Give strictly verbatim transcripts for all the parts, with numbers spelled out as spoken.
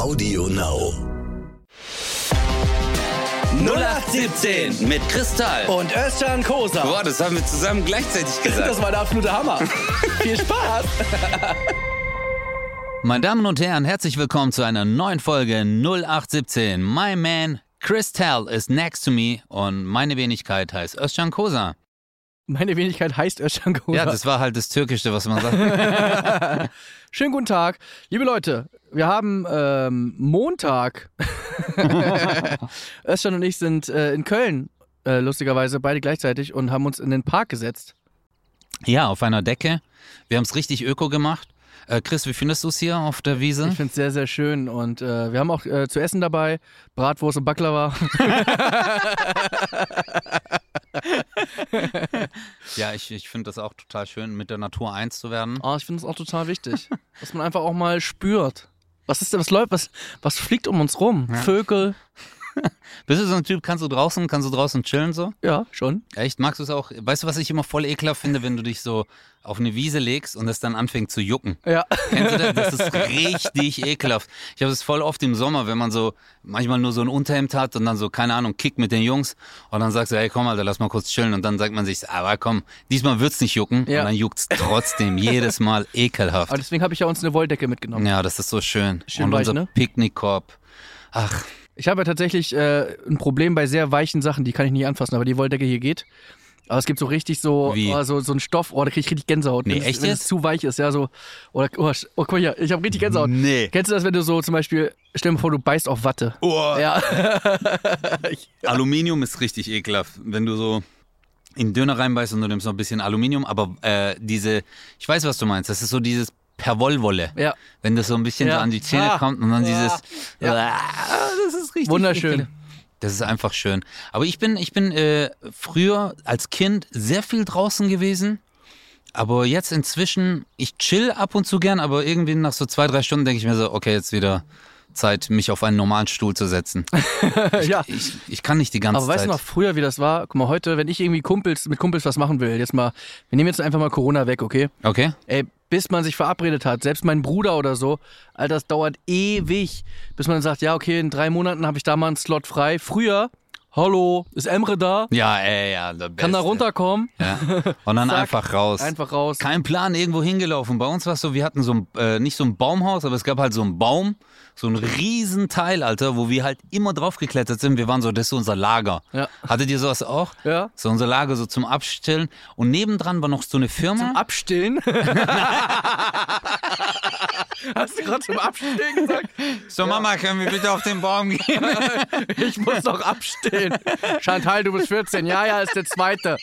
Audio Now. null acht siebzehn mit Kristall und Özcan Kosa. Boah, das haben wir zusammen gleichzeitig gesagt. Das war der absolute Hammer. Viel Spaß. Meine Damen und Herren, herzlich willkommen zu einer neuen Folge null acht siebzehn. My man Kristall is next to me und meine Wenigkeit heißt Özcan Kosa. Meine Wenigkeit heißt Özcan Kosa. Ja, das war halt das Türkische, was man sagt. Schönen guten Tag. Liebe Leute, wir haben ähm, Montag. Özcan und ich sind äh, in Köln, äh, lustigerweise, beide gleichzeitig und haben uns in den Park gesetzt. Ja, auf einer Decke. Wir haben es richtig öko gemacht. Äh, Chris, wie findest du es hier auf der Wiese? Ich finde es sehr, sehr schön und äh, wir haben auch äh, zu essen dabei, Bratwurst und Baklava. Ja, ich, ich finde das auch total schön, mit der Natur eins zu werden. Oh, ich finde es auch total wichtig, dass man einfach auch mal spürt. Was ist denn, was läuft, was, was fliegt um uns rum? Ja. Vögel. Bist du so ein Typ, kannst du draußen, kannst du draußen chillen so? Ja, schon. Echt? Magst du es auch? Weißt du, was ich immer voll ekelhaft finde, wenn du dich so auf eine Wiese legst und es dann anfängt zu jucken? Ja. Kennst du das? Das ist richtig ekelhaft. Ich habe es voll oft im Sommer, wenn man so manchmal nur so ein Unterhemd hat und dann so, keine Ahnung, Kick mit den Jungs und dann sagst du, hey komm Alter, lass mal kurz chillen und dann sagt man sich, aber komm, diesmal wird's nicht jucken Ja. und dann juckt's trotzdem jedes Mal ekelhaft. Aber deswegen habe ich ja uns eine Wolldecke mitgenommen. Ja, das ist so schön. Schön und weich, unser ne? Picknickkorb. Ach. Ich habe ja tatsächlich äh, ein Problem bei sehr weichen Sachen, die kann ich nicht anfassen, aber die Wolldecke hier geht. Aber es gibt so richtig so, oh, so, so einen Stoff, oh, da kriege ich richtig Gänsehaut. Nee, wenn echt es, wenn jetzt? es zu weich ist, ja, so. Oder, oh, oh, guck mal hier, ich habe richtig Gänsehaut. Nee. Kennst du das, wenn du so zum Beispiel, stell dir mal vor, du beißt auf Watte. Oh. Ja. Aluminium ist richtig ekelhaft, wenn du so in den Döner reinbeißt und du nimmst noch ein bisschen Aluminium, aber äh, diese, ich weiß, was du meinst, das ist so dieses Perwollwolle. Ja. Wenn das so ein bisschen Ja. so an die Zähne Ah. kommt und dann Ja. dieses, Ja. Ah, das ist richtig Wunderschön. ekelhaft. Das ist einfach schön. Aber ich bin, ich bin äh, früher als Kind sehr viel draußen gewesen. Aber jetzt inzwischen, ich chill ab und zu gern, aber irgendwie nach so zwei, drei Stunden denke ich mir so, okay, jetzt wieder Zeit, mich auf einen normalen Stuhl zu setzen. Ich, Ja. ich, ich kann nicht die ganze Aber Zeit. weißt du noch früher, wie das war? Guck mal, heute, wenn ich irgendwie Kumpels, mit Kumpels was machen will, jetzt mal, wir nehmen jetzt einfach mal Corona weg, okay? Okay. Ey, bis man sich verabredet hat, selbst mein Bruder oder so, Alter, das dauert ewig, bis man sagt, ja, okay, in drei Monaten habe ich da mal einen Slot frei. Früher, hallo, ist Emre da? Ja, ey, ja, der Beste. Kann da runterkommen? Ja. Und dann Zack, einfach raus. Einfach raus. Kein Plan, irgendwo hingelaufen. Bei uns war es so, wir hatten so ein, äh, nicht so ein Baumhaus, aber es gab halt so einen Baum, so ein Riesenteil, Alter, wo wir halt immer drauf geklettert sind. Wir waren so, das ist so unser Lager. Ja. Hattet ihr sowas auch? Ja. So unser Lager so zum Abstillen. Und nebendran war noch so eine Firma. Zum Abstillen? Hast du gerade zum Abstillen gesagt? So, Mama, können wir bitte auf den Baum gehen? Ich muss doch abstillen. Chantal, du bist vierzehn. Ja, ja, ist der zweite.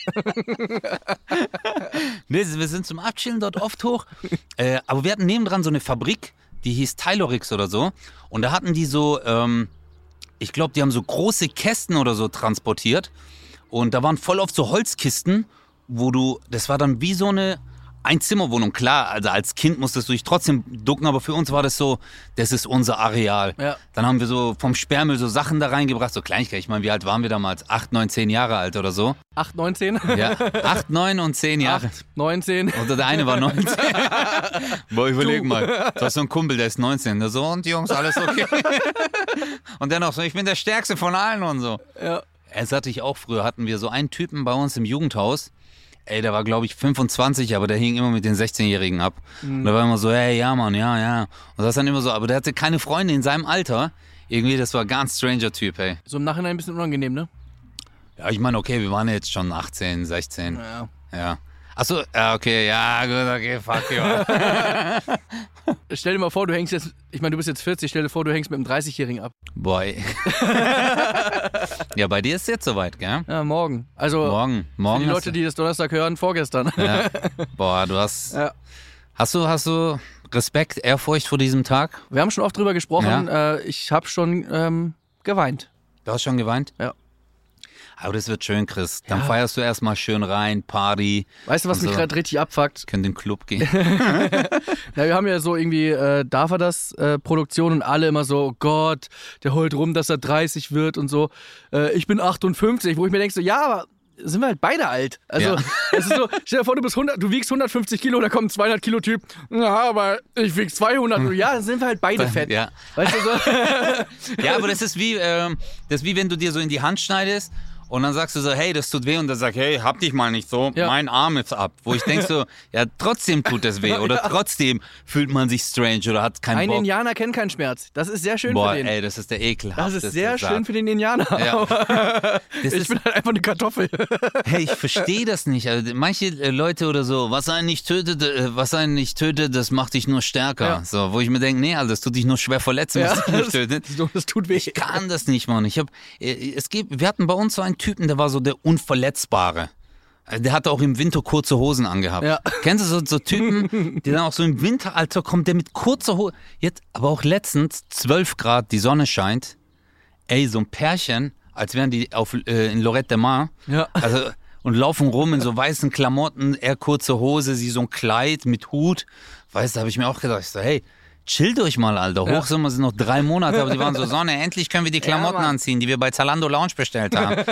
Nee, wir sind zum Abchillen dort oft hoch. Äh, aber wir hatten nebendran so eine Fabrik, die hieß Tylorix oder so. Und da hatten die so, ähm, ich glaube, die haben so große Kästen oder so transportiert. Und da waren voll oft so Holzkisten, wo du, das war dann wie so eine Einzimmerwohnung. Klar, also als Kind musstest du dich trotzdem ducken, aber für uns war das so, das ist unser Areal. Ja. Dann haben wir so vom Sperrmüll so Sachen da reingebracht, so Kleinigkeit. Ich meine, wie alt waren wir damals? Acht, neun, zehn Jahre alt oder so. acht, neunzehn? Ja, acht, neun und zehn Jahre. acht, neunzehn. Oder der eine war neunzehn. Boah, überleg Du. mal. Du hast so einen Kumpel, der ist neunzehn. Der so, und Jungs, alles okay? Und dennoch so, ich bin der Stärkste von allen und so. Ja. Das hatte ich auch früher. Hatten wir so einen Typen bei uns im Jugendhaus. Ey, der war, glaube ich, fünfundzwanzig, aber der hing immer mit den sechzehnjährigen ab. Mhm. Und da war immer so, hey, ja, Mann, ja, ja. Und das dann immer so, aber der hatte keine Freunde in seinem Alter. Irgendwie, das war ein ganz stranger Typ, ey. So im Nachhinein ein bisschen unangenehm, ne? Ja, ich meine, okay, wir waren ja jetzt schon achtzehn, sechzehn. Ja. Ja. Achso, ja, okay, ja, gut, okay, fuck you. Stell dir mal vor, du hängst jetzt, ich meine, du bist jetzt vierzig, stell dir vor, du hängst mit einem dreißigjährigen ab. Boy. Ja, bei dir ist es jetzt soweit, gell? Ja, morgen. Also, Morgen. Morgen. für die hast Leute, die das Donnerstag hören, vorgestern. du, ja. Boah, du hast. Ja. Hast du, hast du Respekt, Ehrfurcht vor diesem Tag? Wir haben schon oft drüber gesprochen, äh, ich habe schon ähm, geweint. Du hast schon geweint? Ja. Aber das wird schön, Chris. Dann Ja. feierst du erstmal schön rein, Party. Weißt du, was und mich so. gerade richtig abfuckt? Können in den Club gehen. Ja, wir haben ja so irgendwie, äh, darf er das, äh, Produktion und alle immer so, oh Gott, der heult rum, dass er dreißig wird und so. Äh, ich bin achtundfünfzig, wo ich mir denke so, ja, aber sind wir halt beide alt. Also, Ja. es ist so, stell dir vor, du bist hundert, du wiegst hundertfünfzig Kilo, da kommt ein zweihundert Kilo Typ. Ja, aber ich wieg zweihundert. Ja, dann sind wir halt beide fett. Ja. Weißt du so? Ja, aber das ist wie, ähm, das ist wie wenn du dir so in die Hand schneidest und dann sagst du so, hey, das tut weh und dann sagst hey, hab dich mal nicht so, Ja. mein Arm ist ab. Wo ich denk so, ja, trotzdem tut das weh oder trotzdem fühlt man sich strange oder hat keinen Ein Bock. Indianer kennt keinen Schmerz. Das ist sehr schön Boah, für den. ey, das ist der Das ekelhafteste ist sehr Satz. schön für den Indianer. Ja. Das Ich ist, bin halt einfach eine Kartoffel. hey, ich verstehe das nicht. Also manche äh, Leute oder so, was einen nicht tötet, äh, was einen nicht tötet, das macht dich nur stärker. Ja. So, wo ich mir denke, nee, also das tut dich nur schwer verletzen, was dich nicht tötet. das, das tut weh. Ich kann das nicht, Mann. Ich hab, äh, es gibt, wir hatten bei uns so einen Typen, der war so der Unverletzbare. Äh, Der hatte auch im Winter kurze Hosen angehabt. Ja. Kennst du so, so Typen, die dann auch so im Winteralter kommt, der mit kurzer Hose, jetzt, aber auch letztens, zwölf Grad, die Sonne scheint, ey, so ein Pärchen, als wären die auf, äh, in Lorette de Mar, Ja. also, und laufen rum in so weißen Klamotten, er kurze Hose, sie so ein Kleid mit Hut. Weißt du, da habe ich mir auch gedacht, ich so, hey, chillt euch mal, Alter. Ja. Hochsommer sind noch drei Monate, aber die waren so, Sonne, endlich können wir die Klamotten Mann. anziehen, die wir bei Zalando Lounge bestellt haben.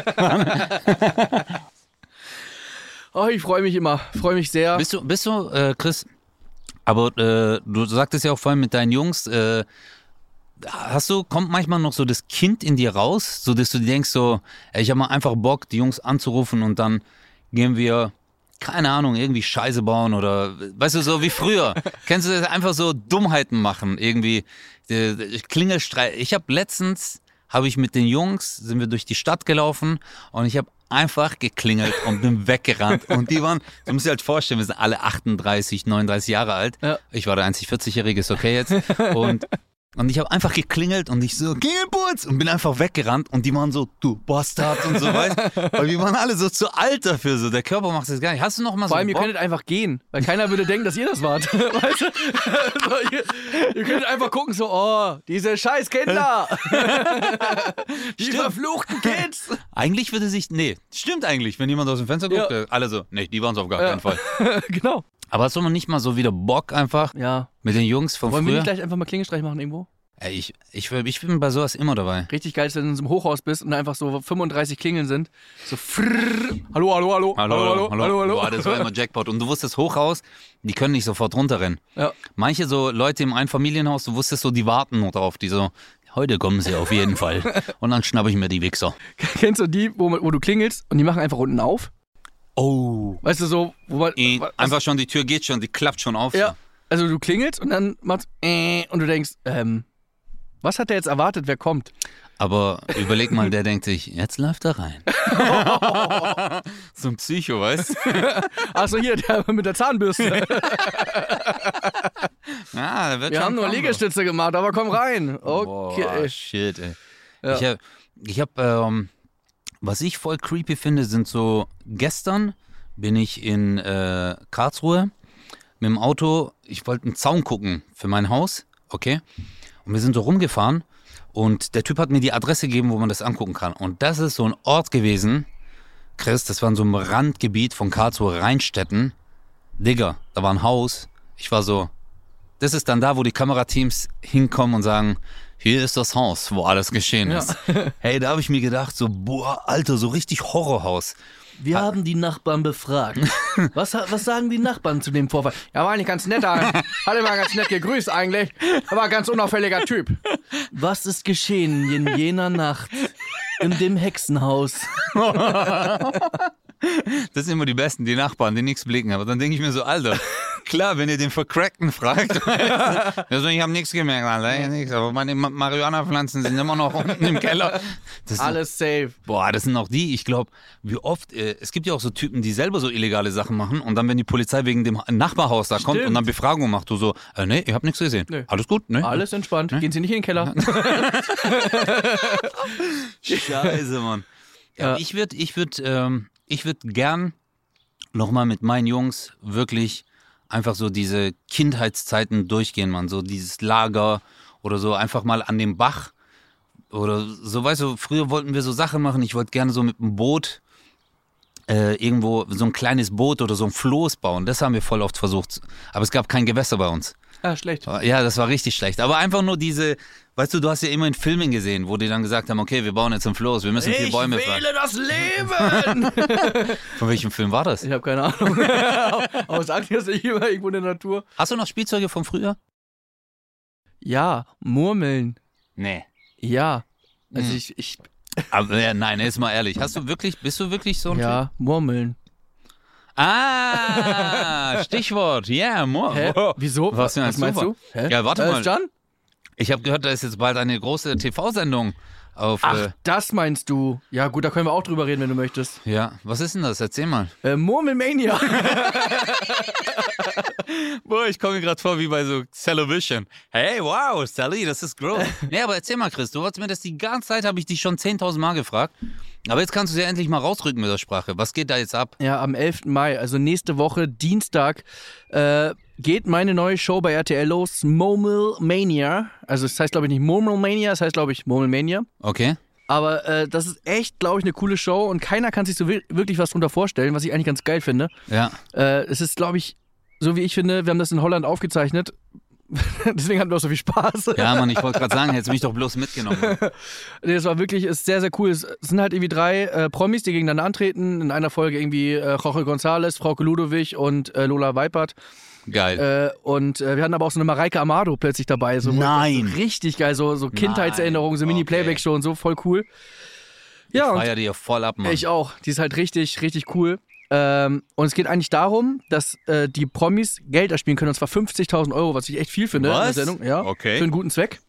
Oh, ich freue mich immer. Freue mich sehr. Bist du, bist du, äh, Chris, aber äh, du sagtest ja auch vorhin mit deinen Jungs, äh, hast du, kommt manchmal noch so das Kind in dir raus, so dass du dir denkst so, ey, ich habe mal einfach Bock, die Jungs anzurufen und dann gehen wir, keine Ahnung, irgendwie Scheiße bauen oder, weißt du, so wie früher. Kennst du das? Einfach so Dummheiten machen, irgendwie, äh, Klingelstreit. Ich habe letztens, habe ich mit den Jungs, sind wir durch die Stadt gelaufen und ich habe einfach geklingelt und bin weggerannt. Und die waren, du musst dir halt vorstellen, wir sind alle achtunddreißig, neununddreißig Jahre alt. Ja. Ich war der einzig vierzig-Jährige, ist okay jetzt. Und, und ich habe einfach geklingelt und ich so, Klingelputz! Und bin einfach weggerannt. Und die waren so, du Bastard und so, weißt du? Weil wir waren alle so zu alt dafür. So. Der Körper macht das gar nicht. Hast du noch mal so Vor allem, ihr Bock? könntet einfach gehen, weil keiner würde denken, dass ihr das wart. Weißt du? So, ihr, ihr könntet einfach gucken, so, oh, diese scheiß Kinder. Die Stimmt. verfluchten Kids. Eigentlich würde sich, nee, stimmt eigentlich, wenn jemand aus dem Fenster guckt, Ja. äh, alle so, nee, die waren es auf gar Ja. keinen Fall. Genau. Aber hast du noch nicht mal so wieder Bock einfach Ja. mit den Jungs von Wollen wir früher? nicht gleich einfach mal Klingelstreich machen irgendwo? Ey, ich, ich, ich bin bei sowas immer dabei. Richtig geil ist, wenn du in so einem Hochhaus bist und da einfach so fünfunddreißig Klingeln sind. So frrrr. Hallo, hallo, hallo. Hallo, hallo, hallo, hallo. Boah, das war immer Jackpot. Und du wusstest, Hochhaus, die können nicht sofort runterrennen. Ja. Manche so Leute im Einfamilienhaus, du wusstest so, die warten nur drauf. Die so, heute kommen sie auf jeden Fall. Und dann schnapp ich mir die Wichser. Kennst du die, wo, wo du klingelst und die machen einfach unten auf? Oh. Weißt du, so, wo man. Eh, was- Einfach schon, die Tür geht schon, die klappt schon auf. Ja. Also du klingelst und dann machst äh, und du denkst, ähm, was hat der jetzt erwartet, wer kommt? Aber überleg mal, der denkt sich, jetzt läuft er rein. So ein Psycho, weißt du? Achso, hier, der mit der Zahnbürste. Ja, der wird Wir schon haben nur kommen. Liegestütze gemacht, aber komm rein. Okay. Boah, shit, ey. Ja. Ich hab, ich hab ähm, was ich voll creepy finde, sind so, gestern bin ich in äh, Karlsruhe mit dem Auto, ich wollte einen Zaun gucken für mein Haus, okay? Und wir sind so rumgefahren und der Typ hat mir die Adresse gegeben, wo man das angucken kann. Und das ist so ein Ort gewesen, Chris, das war in so einem Randgebiet von Karlsruhe, Rheinstetten. Digga, da war ein Haus. Ich war so, das ist dann da, wo die Kamerateams hinkommen und sagen, hier ist das Haus, wo alles geschehen Ja. ist. Hey, da habe ich mir gedacht, so, boah, Alter, so richtig Horrorhaus. Wir haben die Nachbarn befragt. Was, was sagen die Nachbarn zu dem Vorfall? Ja, war eigentlich ganz nett. Hat immer ganz nett gegrüßt eigentlich. Er war ein ganz unauffälliger Typ. Was ist geschehen in jener Nacht in dem Hexenhaus? Das sind immer die Besten, die Nachbarn, die nichts blicken. Aber dann denke ich mir so, Alter, klar, wenn ihr den Vercrackten fragt, also ich habe nichts gemerkt, Alter, ich hab nix, aber meine Ma- Marihuana-Pflanzen sind immer noch unten im Keller. Das sind, Alles safe. boah, das sind auch die, ich glaube, wie oft, äh, es gibt ja auch so Typen, die selber so illegale Sachen machen und dann, wenn die Polizei wegen dem Nachbarhaus da kommt Stimmt. und dann Befragung macht, du so, äh, nee, ich habe nichts gesehen. Nee. Alles gut, ne? Alles entspannt. Gehen Sie nicht in den Keller. Scheiße, Mann. Ja, Ja. Ich würde ich würd, ähm, ich würd gern nochmal mit meinen Jungs wirklich einfach so diese Kindheitszeiten durchgehen, Mann. So dieses Lager oder so einfach mal an dem Bach oder so, weißt du, früher wollten wir so Sachen machen. Ich wollte gerne so mit einem Boot äh, irgendwo so ein kleines Boot oder so ein Floß bauen. Das haben wir voll oft versucht. Aber es gab kein Gewässer bei uns. Ah, schlecht. Ja, das war richtig schlecht. Aber einfach nur diese, weißt du, du hast ja immer in Filmen gesehen, wo die dann gesagt haben, okay, wir bauen jetzt ein Floß, wir müssen vier Bäume fahren. Ich wähle das Leben! Von welchem Film war das? Ich habe keine Ahnung. Aber sagt jetzt nicht immer irgendwo in der Natur. Hast du noch Spielzeuge von früher? Ja, Murmeln. Nee. Ja. Also Hm. ich, ich... Aber ja, nein, jetzt mal ehrlich. Hast du wirklich, bist du wirklich so ein Ja, Murmeln. Typ? Ah, Stichwort. Ja, yeah, Mur. Hä? Wieso? Was, Was meinst du? Hä? Ja, warte Äh, mal. Jan? Ich habe gehört, da ist jetzt bald eine große T V-Sendung auf. Ach, Äh, das meinst du. Ja gut, da können wir auch drüber reden, wenn du möchtest. ja, was ist denn das? Erzähl mal. Äh, Murmelmania. Boah, ich komme mir gerade vor wie bei so Television. Hey, wow, Sally, das ist groß. Nee, aber erzähl mal, Chris, du wolltest mir das die ganze Zeit, habe ich dich schon zehntausend Mal gefragt. Aber jetzt kannst du es ja endlich mal rausrücken mit der Sprache. Was geht da jetzt ab? Ja, am elften Mai, also nächste Woche, Dienstag, äh, geht meine neue Show bei R T L los, Murmelmania. Also es heißt, glaube ich, nicht Murmelmania, es heißt, glaube ich, Murmelmania. Okay. Aber äh, das ist echt, glaube ich, eine coole Show und keiner kann sich so wi- wirklich was drunter vorstellen, was ich eigentlich ganz geil finde. Ja. Äh, es ist, glaube ich, so wie ich finde, wir haben das in Holland aufgezeichnet. Deswegen hatten wir auch so viel Spaß. Ja, Mann, ich wollte gerade sagen, hättest mich doch bloß mitgenommen. Nee, es war wirklich, ist sehr, sehr cool. Es sind halt irgendwie drei äh, Promis, die gegeneinander antreten. In einer Folge irgendwie äh, Jorge González, Frauke Ludowig und äh, Lola Weipert. Geil. Äh, und äh, wir hatten aber auch so eine Mareike Amado plötzlich dabei. So, Nein. So richtig geil, so, so Kindheitserinnerungen, so Nein, Mini-Playback-Show und so, voll cool. Ja, ich und feier die ja voll ab, Mann. ich auch. Die ist halt richtig, richtig cool. Ähm, und es geht eigentlich darum, dass äh, die Promis Geld erspielen können, und zwar fünfzigtausend Euro, was ich echt viel finde Was? in der Sendung. Ja, Okay. für einen guten Zweck.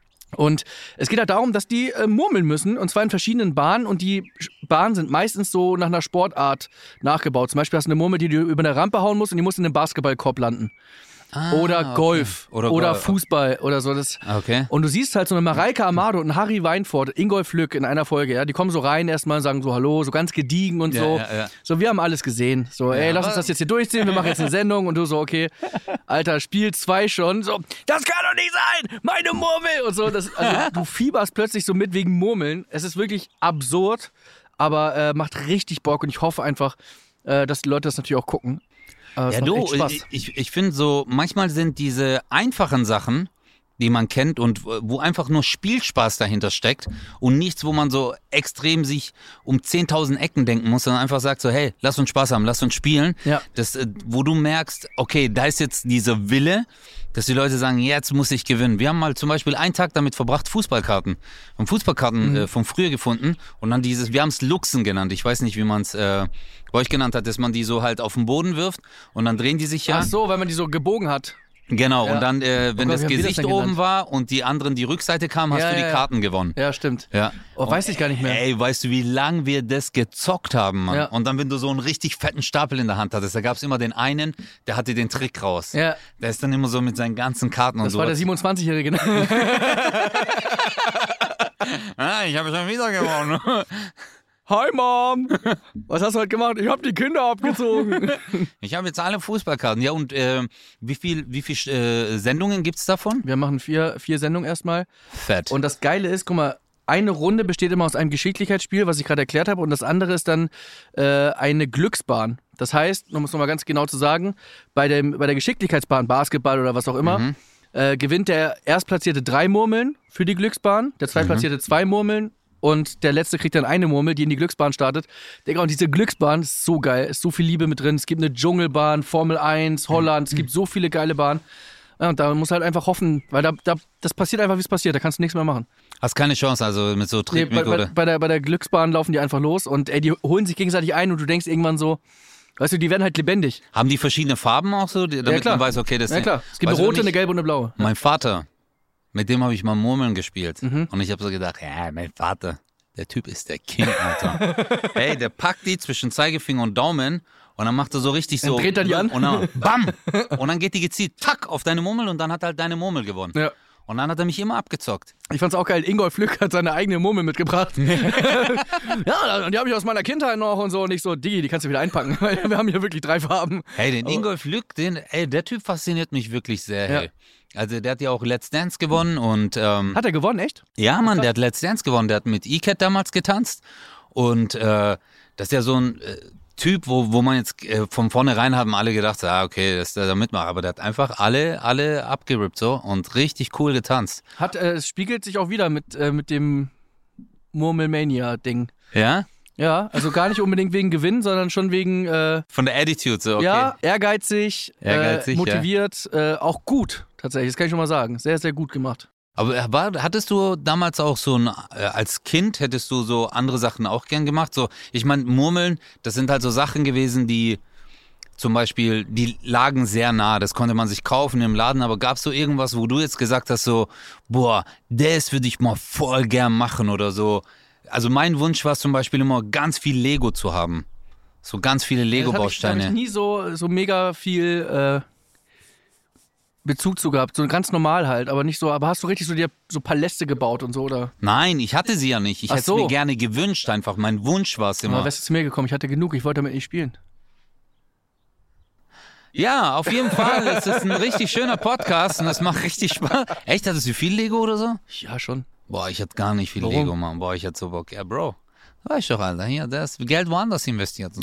Und es geht halt darum, dass die äh, murmeln müssen, und zwar in verschiedenen Bahnen, und die Bahnen sind meistens so nach einer Sportart nachgebaut. Zum Beispiel hast du eine Murmel, die du über eine Rampe hauen musst, und die muss in einem Basketballkorb landen. Ah, Oder okay. Golf. Oder Oder, Golf. Fußball oder so. Das. Okay. Und du siehst halt so eine Mareike Amado und einen Harry Weinfurt, Ingolf Lück in einer Folge, ja, die kommen so rein erstmal und sagen so Hallo, so ganz gediegen und Ja, so. ja, ja. So, wir haben alles gesehen. So, ey, Ja, lass uns aber- das jetzt hier durchziehen, wir machen jetzt eine Sendung, und du so, okay, Alter, Spiel zwei schon. So, das kann doch nicht sein, meine Murmel! Und so, das, also, du fieberst plötzlich so mit wegen Murmeln. Es ist wirklich absurd, aber äh, macht richtig Bock, und ich hoffe einfach, äh, dass die Leute das natürlich auch gucken. Äh, es Ja, macht du, echt Spaß. ich, ich, ich finde so, manchmal sind diese einfachen Sachen, die man kennt und wo einfach nur Spielspaß dahinter steckt und nichts, wo man so extrem sich um zehntausend Ecken denken muss, sondern einfach sagt so, hey, lass uns Spaß haben, lass uns spielen. Ja. Das, äh, wo du merkst, okay, da ist jetzt dieser Wille, dass die Leute sagen, jetzt muss ich gewinnen. Wir haben mal zum Beispiel einen Tag damit verbracht, Fußballkarten, haben Fußballkarten Mhm. äh, von früher gefunden und dann dieses, wir haben es Luchsen genannt, ich weiß nicht, wie man es äh, bei euch genannt hat, dass man die so halt auf den Boden wirft und dann drehen die sich ja. Ach so, weil man die so gebogen hat. Genau, Ja. und dann, äh, wenn Gott, das wie haben wir das Gesicht denn oben genannt? war und die anderen die Rückseite kamen, hast Ja, du die ja, ja. Karten gewonnen. Ja, stimmt. Ja. Oh, weiß ich gar nicht mehr. Ey, weißt du, wie lang wir das gezockt haben, Mann? Ja. Und dann, wenn du so einen richtig fetten Stapel in der Hand hattest, da gab es immer den einen, der hatte den Trick raus. Ja. Der ist dann immer so mit seinen ganzen Karten und Das so. war der siebenundzwanzigjährige. Ah, ich habe schon wieder gewonnen. Hi Mom, was hast du heute gemacht? Ich habe die Kinder abgezogen. Ich habe jetzt alle Fußballkarten. Ja, und äh, wie viel, wie viel äh, Sendungen gibt's davon? Wir machen vier, vier Sendungen erstmal. Fett. Und das Geile ist, guck mal, eine Runde besteht immer aus einem Geschicklichkeitsspiel, was ich gerade erklärt habe, und das andere ist dann äh, eine Glücksbahn. Das heißt, um es nochmal ganz genau zu sagen, bei, dem, bei der Geschicklichkeitsbahn, Basketball oder was auch immer, Mhm. äh, gewinnt der Erstplatzierte drei Murmeln für die Glücksbahn, der Zweitplatzierte zwei Murmeln und der Letzte kriegt dann eine Murmel, die in die Glücksbahn startet. Digga, und diese Glücksbahn ist so geil, ist so viel Liebe mit drin. Es gibt eine Dschungelbahn, Formel eins, Holland, es gibt so viele geile Bahnen. Ja, und da muss halt einfach hoffen, weil da, da, das passiert einfach, wie es passiert, da kannst du nichts mehr machen. Hast keine Chance, also mit so Nee, Trickmick bei, bei, oder? bei, der, bei der Glücksbahn laufen die einfach los und ey, die holen sich gegenseitig ein, und du denkst irgendwann so, weißt du, die werden halt lebendig. Haben die verschiedene Farben auch so, die- damit Ja, klar. man weiß, okay, das Ja sind- klar, es gibt Weißt eine du, rote, wenn eine ich- gelbe und eine blaue. Mein Vater, mit dem habe ich mal Murmeln gespielt. Mhm. Und ich habe so gedacht, ja, mein Vater, der Typ ist der King, Alter. Hey, der packt die zwischen Zeigefinger und Daumen und dann macht er so richtig so. Dann dreht er die an. Und dann bam! Und dann geht die gezielt, tack, auf deine Murmel und dann hat halt deine Murmel gewonnen. Ja. Und dann hat er mich immer abgezockt. Ich fand's auch geil, Ingolf Lück hat seine eigene Murmel mitgebracht. Ja, und die habe ich aus meiner Kindheit noch und so. Und ich so, Digi, die kannst du wieder einpacken, weil wir haben hier wirklich drei Farben. Hey, den Aber- Ingolf Lück, den, ey, der Typ fasziniert mich wirklich sehr, Ja. hey. Also der hat ja auch Let's Dance gewonnen und ähm, Hat er gewonnen, echt? ja, Mann, der hat Let's Dance gewonnen. Der hat mit E-Cat damals getanzt. Und äh, das ist ja so ein äh, Typ, wo, wo man jetzt äh, von vornherein haben alle gedacht, ah, okay, dass der da mitmacht. Aber der hat einfach alle, alle abgerippt so und richtig cool getanzt. Hat, äh, es spiegelt sich auch wieder mit, äh, mit dem Murmelmania-Ding. Ja? Ja, also gar nicht unbedingt wegen Gewinn, sondern schon wegen, äh, Von der Attitude so, okay. ja, ehrgeizig, Ehrgeizig, äh, motiviert, äh, auch gut, tatsächlich, das kann ich schon mal sagen. Sehr, sehr gut gemacht. Aber war, hattest du damals auch so ein, äh, als Kind hättest du so andere Sachen auch gern gemacht? So, ich meine, Murmeln, das sind halt so Sachen gewesen, die zum Beispiel, die lagen sehr nah, das konnte man sich kaufen im Laden, aber gab es so irgendwas, wo du jetzt gesagt hast, so, boah, das würde ich mal voll gern machen oder so? Also mein Wunsch war es zum Beispiel immer, ganz viel Lego zu haben. So ganz viele Lego-Bausteine. Da habe ich nie so, so mega viel äh, Bezug zu gehabt. So ganz normal halt, aber nicht so. Aber hast du richtig so dir so Paläste gebaut und so, oder? Nein, ich hatte sie ja nicht. Ich Ach hätte so. es mir gerne gewünscht einfach. Mein Wunsch war es immer. Aber wärst du zu mir gekommen, ich hatte genug, ich wollte damit nicht spielen. Ja, auf jeden Fall. Es ist ein richtig schöner Podcast und es macht richtig Spaß. Echt, hattest du viel Lego oder so? Ja, schon. Boah, ich hatte gar nicht viel Warum? Lego, Mann. Boah, ich hatte so Bock. Ja, Bro. Weißt du doch, Alter. Hier, das Geld woanders investiert.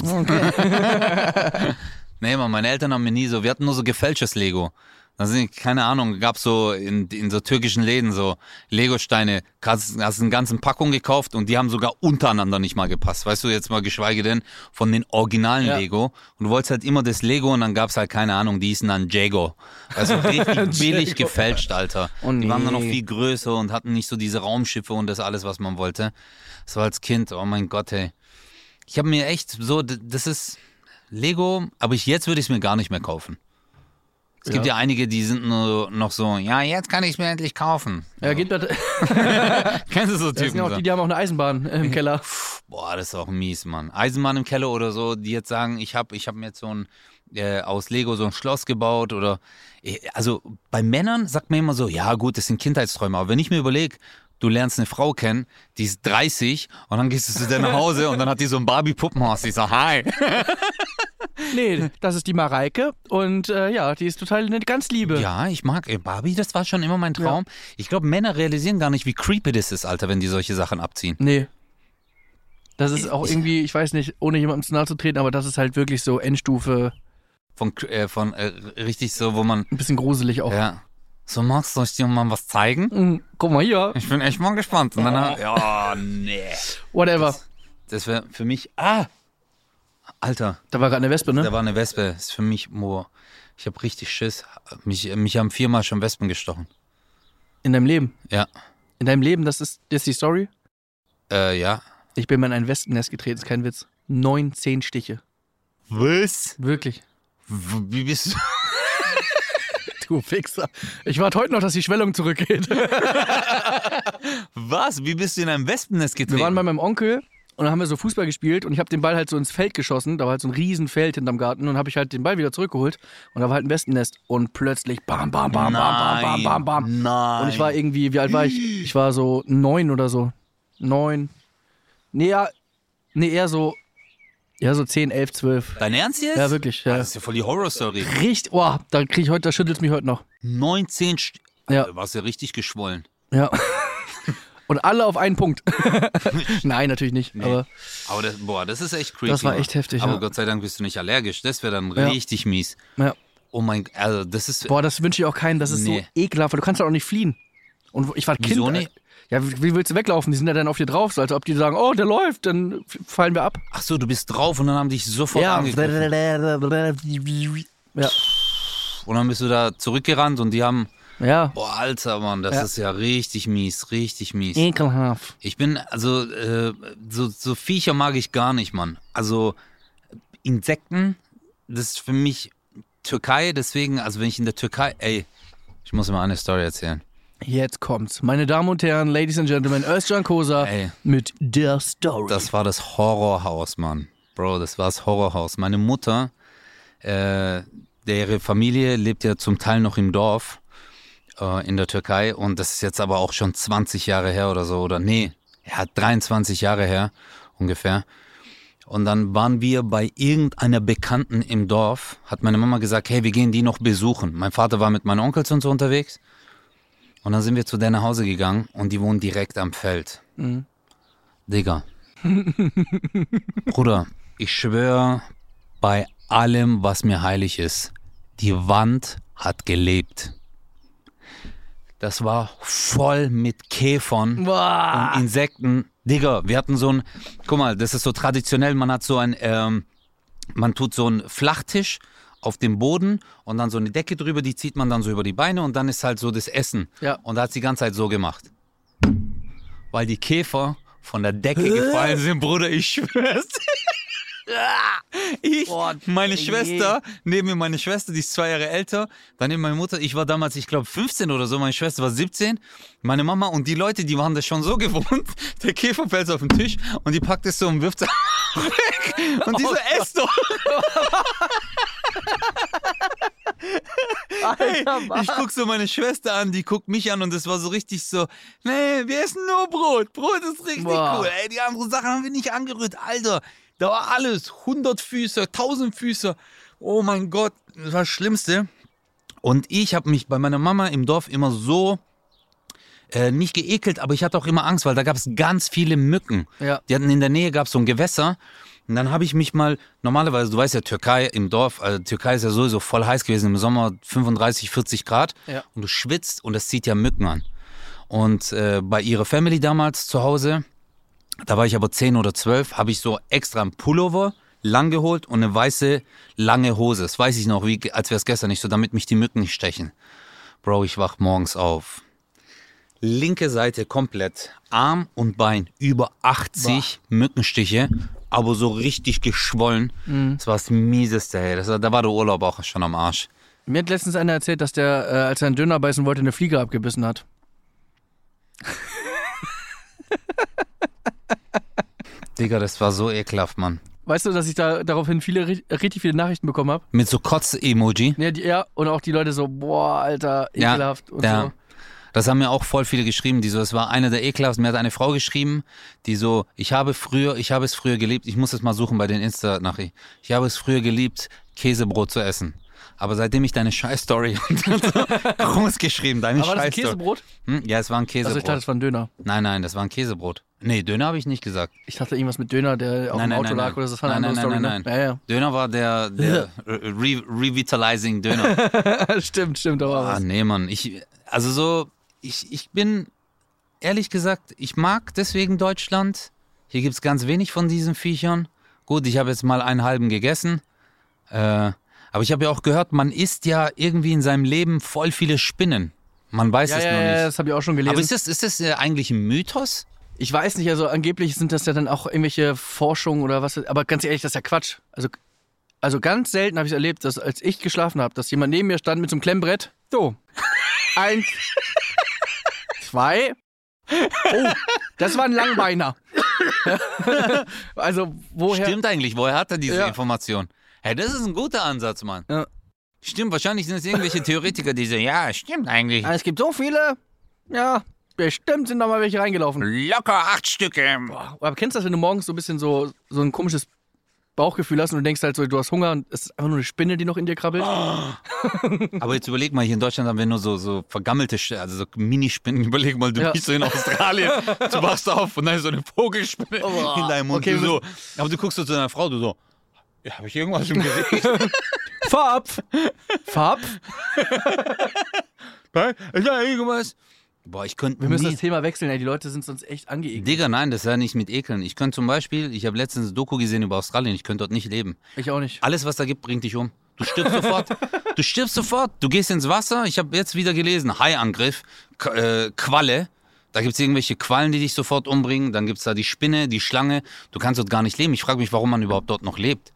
Okay. Nee, Mann, meine Eltern haben mir nie so, wir hatten nur so gefälschtes Lego. Da sind, keine Ahnung, gab so in, in so türkischen Läden so Lego-Steine, hast, hast eine ganze Packung gekauft und die haben sogar untereinander nicht mal gepasst. Weißt du, jetzt mal geschweige denn von den originalen Ja. Lego. Und du wolltest halt immer das Lego und dann gab's halt, keine Ahnung, die hießen dann Jago. Also richtig billig Jago. gefälscht, Alter. Oh, Die waren dann noch nee. viel größer und hatten nicht so diese Raumschiffe und das alles, was man wollte. Das war als Kind, oh mein Gott, ey. Ich habe mir echt so, d- das ist Lego, aber ich, jetzt würde ich es mir gar nicht mehr kaufen. Es gibt Ja. ja einige, die sind nur noch so, ja, jetzt kann ich es mir endlich kaufen. Ja, geht das. Kennst du so Das sind Typen? ja auch So? die, die haben auch eine Eisenbahn äh, im Keller. Boah, das ist auch mies, Mann. Eisenbahn im Keller oder so, die jetzt sagen, ich habe ich hab mir jetzt so ein, äh, aus Lego so ein Schloss gebaut oder, äh, also bei Männern sagt man immer so, ja gut, das sind Kindheitsträume, aber wenn ich mir überlege, du lernst eine Frau kennen, die ist dreißig und dann gehst du zu der nach Hause und dann hat die so ein Barbie-Puppenhaus, die sagt, hi. Nee, das ist die Mareike und äh, ja, die ist total eine ganz liebe. Ja, ich mag äh, Barbie, das war schon immer mein Traum. Ich glaube, Männer realisieren gar nicht, wie creepy das ist, Alter, wenn die solche Sachen abziehen. Nee. Das ist auch irgendwie, ich weiß nicht, ohne jemandem zu nahe zu treten, aber das ist halt wirklich so Endstufe, Von, äh, von äh, richtig so, wo man, ein bisschen gruselig auch. ja, so magst du, soll ich dir mal was zeigen? Mhm, guck mal hier, Ich bin echt mal gespannt. Und dann, ja, nee. whatever. Das wäre für mich, ah, Alter, Da war gerade eine Wespe, da ne? war eine Wespe. Das ist für mich, boah, ich habe richtig Schiss. Mich, mich haben viermal schon Wespen gestochen. In deinem Leben. Ja, In deinem Leben, das ist, das ist die Story. äh, ja. Ich bin mal in ein Wespennest getreten, ist kein Witz. Neun, zehn Stiche. Was? Wirklich. Wie bist du? Du Fixer. Ich warte heute noch, dass die Schwellung zurückgeht. Was? Wie bist du in einem Wespennest getreten? Wir waren bei meinem Onkel und dann haben wir so Fußball gespielt und ich habe den Ball halt so ins Feld geschossen. Da war halt so ein Riesenfeld hinterm Garten und habe ich halt den Ball wieder zurückgeholt und da war halt ein Wespennest und plötzlich bam, bam, bam, bam, bam, bam, bam, bam. Nein. Und ich war irgendwie, wie alt war ich? Ich war so neun oder so. Neun. Nee, ja, nee, eher so, ja, so zehn, elf, zwölf. Dein Ernst jetzt? Ja, wirklich, ja. Das ist ja voll die Horror-Story. Richtig, oh, da krieg ich heute, da schüttelt es mich heute noch. neunzehn St Ja. Du warst ja richtig geschwollen. Ja. Und alle auf einen Punkt. Nein, natürlich nicht. Nee. Aber Aber das, boah, das ist echt creepy. Das war Mann. echt heftig, Aber ja. Gott sei Dank bist du nicht allergisch. Das wäre dann Ja. richtig mies. ja. Oh mein Gott, also das ist... Boah, das wünsche ich auch keinen. Das ist Nee. so ekelhaft, weil du kannst halt auch nicht fliehen. Und ich war Kind. Wieso nicht? Ja, wie wie willst du weglaufen? Die sind ja dann auf dir drauf. So, als ob die sagen, oh, der läuft, dann f- fallen wir ab. Ach so, du bist drauf und dann haben dich sofort Ja. angegriffen. Ja. Und dann bist du da zurückgerannt und die haben... Ja. Boah, Alter, Mann, das Ja. ist ja richtig mies, richtig mies. Ekelhaft. Ich bin, also, äh, so, so Viecher mag ich gar nicht, Mann. Also, Insekten, das ist für mich Türkei, deswegen, also wenn ich in der Türkei, ey, ich muss mal eine Story erzählen. Jetzt kommt's. Meine Damen und Herren, Ladies and Gentlemen, Özcan Kosa Ey. mit der Story. Das war das Horrorhaus, Mann. Bro, das war das Horrorhaus. Meine Mutter, äh, deren Familie lebt ja zum Teil noch im Dorf äh, in der Türkei und das ist jetzt aber auch schon zwanzig Jahre her oder so, oder nee, ja, dreiundzwanzig Jahre her ungefähr. Und dann waren wir bei irgendeiner Bekannten im Dorf, hat meine Mama gesagt, hey, wir gehen die noch besuchen. Mein Vater war mit meinen Onkels und so unterwegs. Und dann sind wir zu der nach Hause gegangen und die wohnen direkt am Feld. Mhm. Digga. Bruder, Ich schwöre, bei allem, was mir heilig ist, die Wand hat gelebt. Das war voll mit Käfern Boah. und Insekten. Digga, wir hatten so ein, guck mal, das ist so traditionell, man hat so ein, ähm, man tut so einen Flachtisch auf dem Boden und dann so eine Decke drüber, die zieht man dann so über die Beine und dann ist halt so das Essen. Ja. Und da hat sie die ganze Zeit so gemacht. Weil die Käfer von der Decke gefallen sind, Bruder, ich schwör's. Ich, Boah, meine ey. Schwester, neben mir meine Schwester, die ist zwei Jahre älter, daneben meine Mutter, ich war damals, ich glaube fünfzehn oder so, meine Schwester war siebzehn, meine Mama und die Leute, die waren das schon so gewohnt, der Käfer fällt auf den Tisch und die packt es so und wirft es weg und die so, Oh ess doch. Hey, Alter, ich guck so meine Schwester an, die guckt mich an und das war so richtig so, nee, wir essen nur Brot, Brot ist richtig Boah. cool, ey, die anderen Sachen haben wir nicht angerührt, Alter. Da war alles, hundert Füße, tausend Füße. Oh mein Gott, das war das Schlimmste. Und ich habe mich bei meiner Mama im Dorf immer so, äh, nicht geekelt, aber ich hatte auch immer Angst, weil da gab es ganz viele Mücken. Ja. Die hatten in der Nähe, gab es so ein Gewässer. Und dann habe ich mich mal, normalerweise, du weißt ja, Türkei im Dorf, also Türkei ist ja sowieso voll heiß gewesen, im Sommer fünfunddreißig, vierzig Grad. Ja. Und du schwitzt und das zieht ja Mücken an. Und äh, bei ihrer Family damals zu Hause, da war ich aber zehn oder zwölf, habe ich so extra einen Pullover lang geholt und eine weiße, lange Hose. Das weiß ich noch, wie, als wäre es gestern nicht so, damit mich die Mücken nicht stechen. Bro, ich wach morgens auf. Linke Seite komplett, Arm und Bein, über achtzig Mückenstiche, aber so richtig geschwollen. Mhm. Das war das Mieseste, ey. Das, da war der Urlaub auch schon am Arsch. Mir hat letztens einer erzählt, dass der, äh, als er einen Döner beißen wollte, eine Fliege abgebissen hat. Digga, das war so ekelhaft, Mann. Weißt du, dass ich da daraufhin viele, richtig viele Nachrichten bekommen habe? Mit so Kotz-Emoji. Ja, die, ja, und auch die Leute so, boah, Alter, Ja, ekelhaft und ja. so. Das haben mir auch voll viele geschrieben, die so, es war eine der ekelhaften. Mir hat eine Frau geschrieben, die so, ich habe früher, ich habe es früher geliebt, ich muss es mal suchen bei den Insta-Nachrichten. Ich habe es früher geliebt, Käsebrot zu essen. Aber seitdem ich deine Scheiß-Story groß geschrieben, deine Aber war das ein Scheiß-Story. Käsebrot? Hm? Ja, es war ein Also Käsebrot. ich dachte, das war ein Döner. Nein, nein, das war ein Käsebrot. Nee, Döner habe ich nicht gesagt. Ich dachte irgendwas mit Döner, der auf Nein, dem nein, Auto nein, lag nein. oder so. Das war eine Nein, andere nein, Story, nein, ne? Döner war der, der Re Revitalizing Döner. Ja, ja. Stimmt, stimmt, aber Ah, was. nee, Mann. Ich, also so, ich, ich bin, ehrlich gesagt, ich mag deswegen Deutschland. Hier gibt es ganz wenig von diesen Viechern. Gut, ich habe jetzt mal einen halben gegessen. Äh, aber ich habe ja auch gehört, man isst ja irgendwie in seinem Leben voll viele Spinnen. Man weiß Ja, es ja, noch ja, nicht. das habe ich auch schon gelesen. Aber ist das, ist das äh, eigentlich ein Mythos? Ich weiß nicht, also angeblich sind das ja dann auch irgendwelche Forschungen oder was. Aber ganz ehrlich, das ist ja Quatsch. Also, also ganz selten habe ich es erlebt, dass als ich geschlafen habe, dass jemand neben mir stand mit so einem Klemmbrett. So. Eins. Zwei. Oh, das war ein Langbeiner. Also, woher? Stimmt eigentlich. Woher hat er diese Ja. Information? Hey, das ist ein guter Ansatz, Mann. Ja. Stimmt, wahrscheinlich sind es irgendwelche Theoretiker, die sagen, ja, stimmt eigentlich. Es gibt so viele. Ja, bestimmt sind da mal welche reingelaufen. Locker acht Stücke. Aber kennst du das, wenn du morgens so ein bisschen so, so ein komisches Bauchgefühl hast und du denkst halt so, du hast Hunger und es ist einfach nur eine Spinne, die noch in dir krabbelt? Aber jetzt überleg mal, hier in Deutschland haben wir nur so, so vergammelte, Sch- also so Minispinnen. Überleg mal, du Ja. bist so in Australien, du wachst auf und dann ist so eine Vogelspinne Oh, in deinem Mund. okay, du wir so. Aber du guckst so zu deiner Frau, du so, ja, habe ich irgendwas im Gesicht? Farb! Farb? Ist da irgendwas? Boah, ich könnte Wir müssen nie... das Thema wechseln, ey. Die Leute sind sonst echt angeekelt. Digga, nein, das ist ja nicht mit Ekeln. Ich könnte zum Beispiel, ich habe letztens ein Doku gesehen über Australien, ich könnte dort nicht leben. Ich auch nicht. Alles, was da gibt, bringt dich um. Du stirbst sofort. Du stirbst sofort. Du gehst ins Wasser. Ich habe jetzt wieder gelesen, Haiangriff, K äh, Qualle. Da gibt es irgendwelche Quallen, die dich sofort umbringen. Dann gibt es da die Spinne, die Schlange. Du kannst dort gar nicht leben. Ich frage mich, warum man überhaupt dort noch lebt.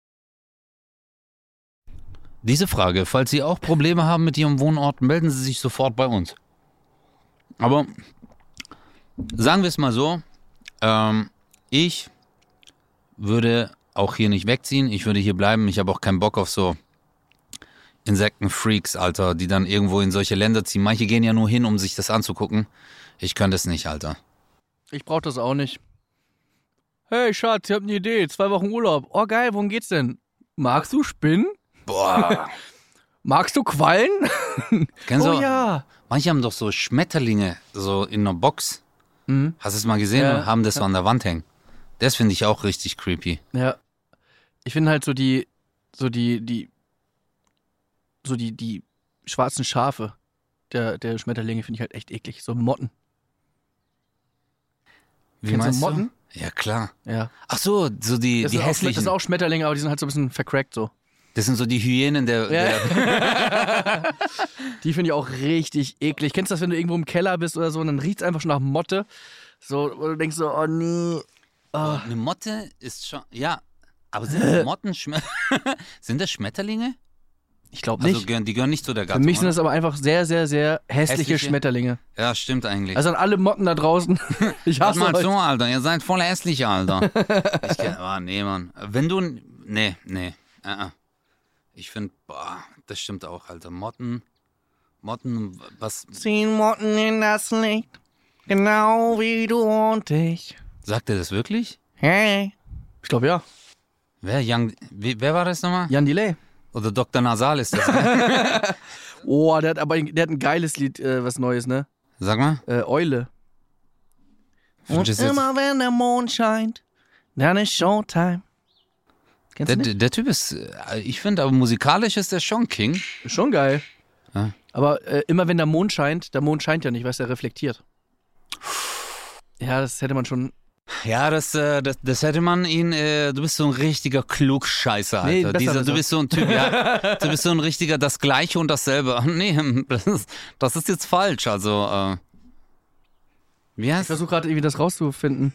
Diese Frage, falls Sie auch Probleme haben mit Ihrem Wohnort, melden Sie sich sofort bei uns. Aber sagen wir es mal so, ähm, ich würde auch hier nicht wegziehen, ich würde hier bleiben, ich habe auch keinen Bock auf so Insektenfreaks, Alter, die dann irgendwo in solche Länder ziehen. Manche gehen ja nur hin, um sich das anzugucken. Ich könnte es nicht, Alter. Ich brauch das auch nicht. Hey Schatz, ich hab eine Idee. Zwei Wochen Urlaub. Oh geil, wohin geht's denn? Magst du Spinnen? Boah. Magst du Quallen? Kennst du? Oh ja. Manche haben doch so Schmetterlinge so in einer Box. Mhm. Hast du es mal gesehen? Ja. Und haben das so an der Wand hängen. Das finde ich auch richtig creepy. Ja. Ich finde halt so die, so die, die, so die, die schwarzen Schafe der, der Schmetterlinge finde ich halt echt eklig. So Motten. Wie Kennst du meinst Motten? du? Ja, klar. Ja. Ach so, so die, Das, die sind auch, hässlichen. das sind auch Schmetterlinge, aber die sind halt so ein bisschen vercrackt so. Das sind so die Hyänen der... der Die finde ich auch richtig eklig. Kennst du das, wenn du irgendwo im Keller bist oder so und dann riecht es einfach schon nach Motte? So, und du denkst so, oh nee. Oh. Eine Motte ist schon... Ja, aber sind Motten... Schme sind das Schmetterlinge? Ich glaube Also nicht. gehören, die gehören nicht zu der Für Gattung, mich sind oder? das aber einfach sehr, sehr, sehr hässliche, Hässliche? Schmetterlinge. Ja, stimmt eigentlich. Also an alle Motten da draußen. Ich Wart hasse mal euch. so, Alter. Ihr seid voll hässlich, Alter. Ich kenn, oh, nee, Mann. Wenn du... Nee, nee. Uh -uh. Ich finde, boah, das stimmt auch, Alter. Motten... Motten, was... Ziehen Motten in das Licht, genau wie du und ich. Sagt er das wirklich? Hey. Ich glaube ja. Wer? Young, wie, wer war das nochmal? Jan Delay. Oder Doktor Nasal ist das? Ne? Oh, der hat aber der hat ein geiles Lied, äh, was Neues, ne? Sag mal. Äh, Eule. Und Das ist jetzt- immer wenn der Mond scheint, dann ist Showtime. Kennst Der, du der, nicht? der Typ ist, äh, ich finde, aber musikalisch ist der schon King. Schon geil. Ja. Aber äh, immer wenn der Mond scheint, der Mond scheint ja nicht, weil es ja reflektiert. Ja, das hätte man schon... Ja, das, äh, das, das hätte man ihn, äh, du bist so ein richtiger Klugscheißer, Nee, Alter. besser, Dieser, besser. du bist so ein Typ, ja, du bist so ein richtiger, das Gleiche und dasselbe. Ach, nee, das ist, das ist jetzt falsch, also, äh, wie Ich heißt versuche gerade irgendwie das rauszufinden.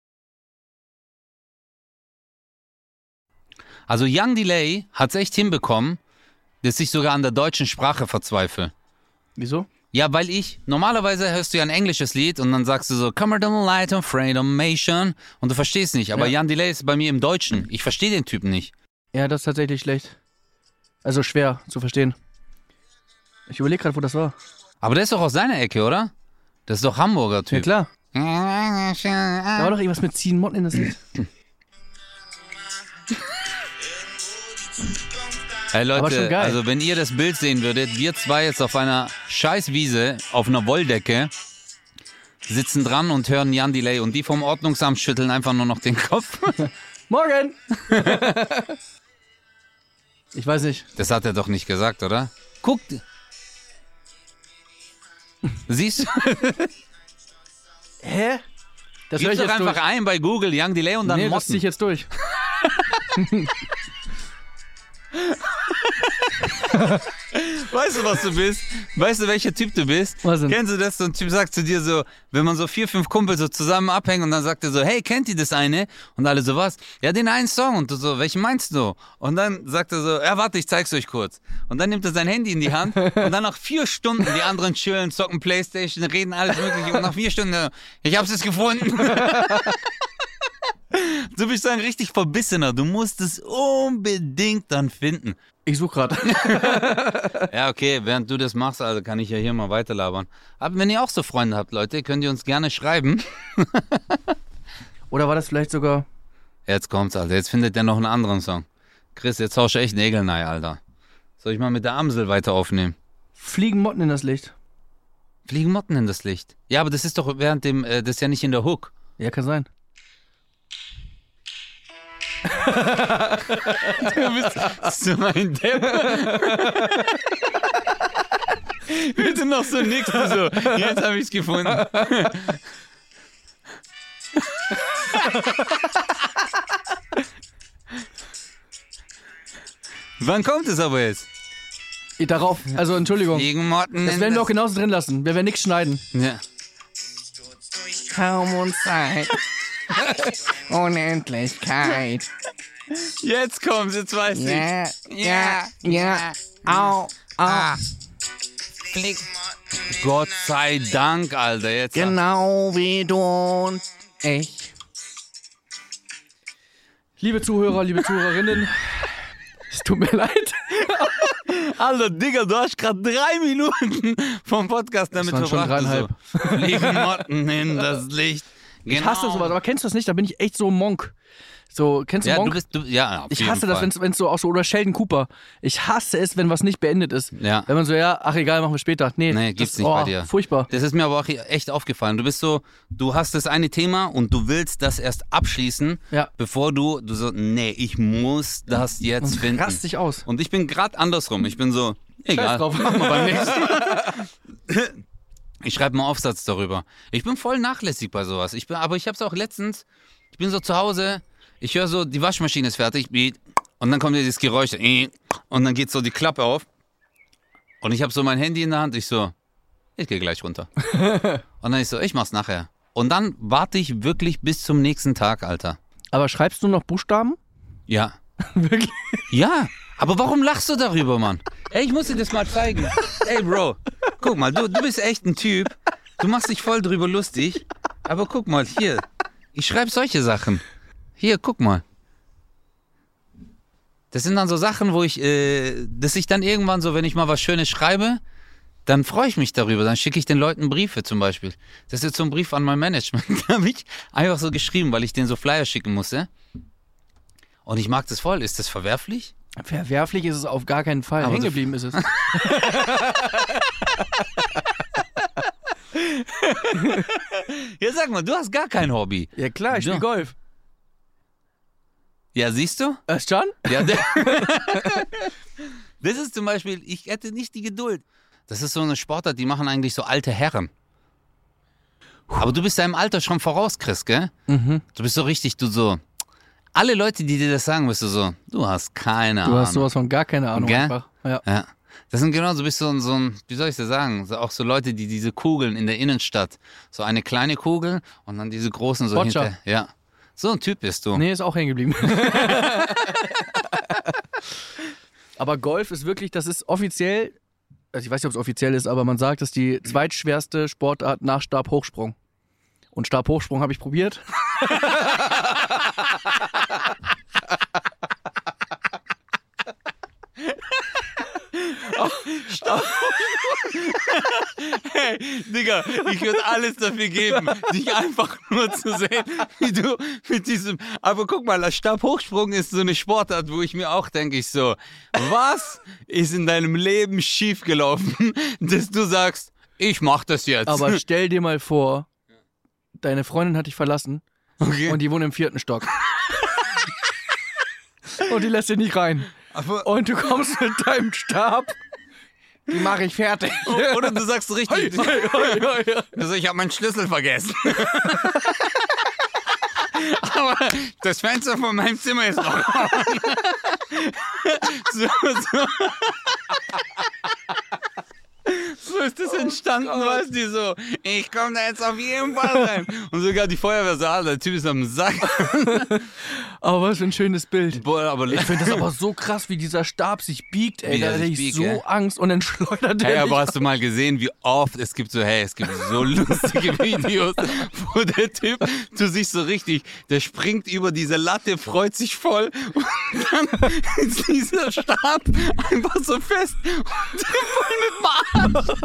Also Young Delay hat's echt hinbekommen, dass ich sogar an der deutschen Sprache verzweifle. Wieso? Ja, weil ich, normalerweise hörst du ja ein englisches Lied und dann sagst du so, Come on, don't light on freedom, und du verstehst nicht. Aber Ja. Young Delay ist bei mir im Deutschen. Ich verstehe den Typen nicht. Ja, das ist tatsächlich schlecht. Also schwer zu verstehen. Ich überlege gerade, wo das war. Aber der ist doch aus seiner Ecke, oder? Das ist doch Hamburger Ja, Typ. klar. Da war doch irgendwas mit ziehen Motten in das Lied. Hey Aber schon Leute, geil. also wenn ihr das Bild sehen würdet, wir zwei jetzt auf einer Scheißwiese, auf einer Wolldecke, sitzen dran und hören Young Delay und die vom Ordnungsamt schütteln einfach nur noch den Kopf. Morgen! Ich weiß nicht. Das hat er doch nicht gesagt, oder? Guck. Siehst du? Hä? Das höre Gib ich doch jetzt einfach durch. ein bei Google, Young Delay und dann Nee, das ziehe ich Motten. jetzt durch. Weißt du, was du bist? Weißt du, welcher Typ du bist? Was denn? Kennst du das? So ein Typ sagt zu dir so, wenn man so vier, fünf Kumpel so zusammen abhängen und dann sagt er so, hey, kennt ihr das eine? Und alle so, was? Ja, den einen Song. Und du so, welchen meinst du? Und dann sagt er so, ja, warte, ich zeig's euch kurz. Und dann nimmt er sein Handy in die Hand und dann nach vier Stunden, die anderen chillen, zocken Playstation, reden alles mögliche und nach vier Stunden, äh, ich hab's jetzt gefunden. Du bist so ein richtig Verbissener. Du musst es unbedingt dann finden. Ich suche gerade. Ja, okay, während du das machst, also kann ich ja hier mal weiterlabern. Aber wenn ihr auch so Freunde habt, Leute, könnt ihr uns gerne schreiben. Oder war das vielleicht sogar... Jetzt kommt's, Alter. Jetzt findet ihr noch einen anderen Song. Chris, jetzt haust du echt Nägel rein, Alter. Soll ich mal mit der Amsel weiter aufnehmen? Fliegen Motten in das Licht? Fliegen Motten in das Licht. Ja, aber das ist doch während dem, äh, das ist ja nicht in der Hook. Ja, kann sein. Du bist so ein Depp. Bitte noch so nix, du so. Jetzt hab ich's gefunden. Wann kommt es aber jetzt? Darauf, also Entschuldigung. Fliegen Motten Das in werden wir das- auch genauso drin lassen. Wir werden nichts schneiden. Ja. Raum und Zeit. Unendlichkeit. Jetzt kommt's, jetzt weiß ich. Ja, ja, ja. Au, au. Flieg. Gott sei Dank, Alter. Jetzt. Genau wie du und ich. Liebe Zuhörer, liebe Zuhörerinnen, es tut mir leid. Alter, Digga, du hast gerade drei Minuten vom Podcast damit waren schon verbracht. dreieinhalb. So. Fliegen Motten in das Licht. Ich hasse sowas, aber kennst du das nicht? Da bin ich echt so Monk. So, kennst du Ja, Monk? du bist, du, ja, auf Ich jeden hasse das, Fall. wenn es so auch so, oder Sheldon Cooper. Ich hasse es, wenn was nicht beendet ist. Ja. Wenn man so, ja, ach egal, machen wir später. Nee, Nee, das, gibt's nicht oh, bei dir. Furchtbar. Das ist mir aber auch echt aufgefallen. Du bist so, du hast das eine Thema und du willst das erst abschließen, Ja. bevor du, du so, nee, ich muss das jetzt Und finden. rast dich aus. Und ich bin gerade andersrum. Ich bin so, egal, Scheiß drauf. machen wir beim nächsten Mal. Ich schreibe mal Aufsatz darüber. Ich bin voll nachlässig bei sowas. Ich bin, aber ich habe es auch letztens, ich bin so zu Hause, ich höre so, die Waschmaschine ist fertig, und dann kommt dieses Geräusch, und dann geht so die Klappe auf. Und ich habe so mein Handy in der Hand, ich so, ich gehe gleich runter. Und dann ich so, ich mach's nachher. Und dann warte ich wirklich bis zum nächsten Tag, Alter. Aber schreibst du noch Buchstaben? Ja. Wirklich? Ja, aber warum lachst du darüber, Mann? Ey, ich muss dir das mal zeigen. Ey, Bro, guck mal, du, du bist echt ein Typ. Du machst dich voll drüber lustig. Aber guck mal, hier, ich schreibe solche Sachen. Hier, guck mal. Das sind dann so Sachen, wo ich, äh, dass ich dann irgendwann so, wenn ich mal was Schönes schreibe, dann freue ich mich darüber. Dann schicke ich den Leuten Briefe zum Beispiel. Das ist jetzt so ein Brief an mein Management. Da habe ich einfach so geschrieben, weil ich denen so Flyer schicken musste. Und ich mag das voll. Ist das verwerflich? Verwerflich ist es auf gar keinen Fall. Aber Hängen so- geblieben ist es. Ja, sag mal, du hast gar kein Hobby. Ja klar, ich Ja. spiele Golf. Ja, siehst du? Äh, Can? Ja, der- das ist zum Beispiel, ich hätte nicht die Geduld. Das ist so eine Sportart, die machen eigentlich so alte Herren. Aber du bist deinem Alter schon voraus, Chris, gell? Mhm. Du bist so richtig, du so. Alle Leute, die dir das sagen, bist du so, du hast keine Du Ahnung. hast sowas von gar keine Ahnung Gell? einfach. Ja. Ja. Das sind genau so, bist so ein, so ein, wie soll ich das sagen? So, auch so Leute, die diese Kugeln in der Innenstadt, so eine kleine Kugel und dann diese großen so Boccia. hinter. Ja. So ein Typ bist du. Nee, ist auch hängen geblieben. Aber Golf ist wirklich, das ist offiziell, also ich weiß nicht, ob es offiziell ist, aber man sagt, das ist die zweitschwerste Sportart nach Stabhochsprung. Und Stabhochsprung habe ich probiert. Hey, Digga, ich würde alles dafür geben, dich einfach nur zu sehen, wie du mit diesem. Aber guck mal, der Stabhochsprung ist so eine Sportart, wo ich mir auch denke, ich so, was ist in deinem Leben schiefgelaufen, dass du sagst, ich mach das jetzt. Aber stell dir mal vor, deine Freundin hat dich verlassen okay. und die wohnt im vierten Stock. Und die lässt dich nicht rein. Aber, Und du kommst mit deinem Stab, die mache ich fertig. oder du sagst so richtig, also ich habe meinen Schlüssel vergessen. Aber das Fenster von meinem Zimmer ist noch. so, so. So ist das entstanden, weißt du, so, ich komme da jetzt auf jeden Fall rein. Und sogar die Feuerwehr sagt, der Typ ist am Sack. Aber was für ein schönes Bild. Boah, aber Ich finde das aber so krass, wie dieser Stab sich biegt, ey. Wie Da er hätte sich ich biegt, so ey. Angst und dann schleudert Hey, er aber dich. hast du mal gesehen, wie oft es gibt so, hey, es gibt so lustige Videos, wo der Typ, du siehst so richtig, der springt über diese Latte, freut sich voll und dann ist dieser Stab einfach so fest und trifft voll mit dem Arsch.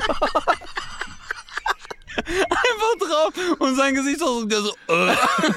Einfach drauf und sein Gesichtsausdruck, der so, äh.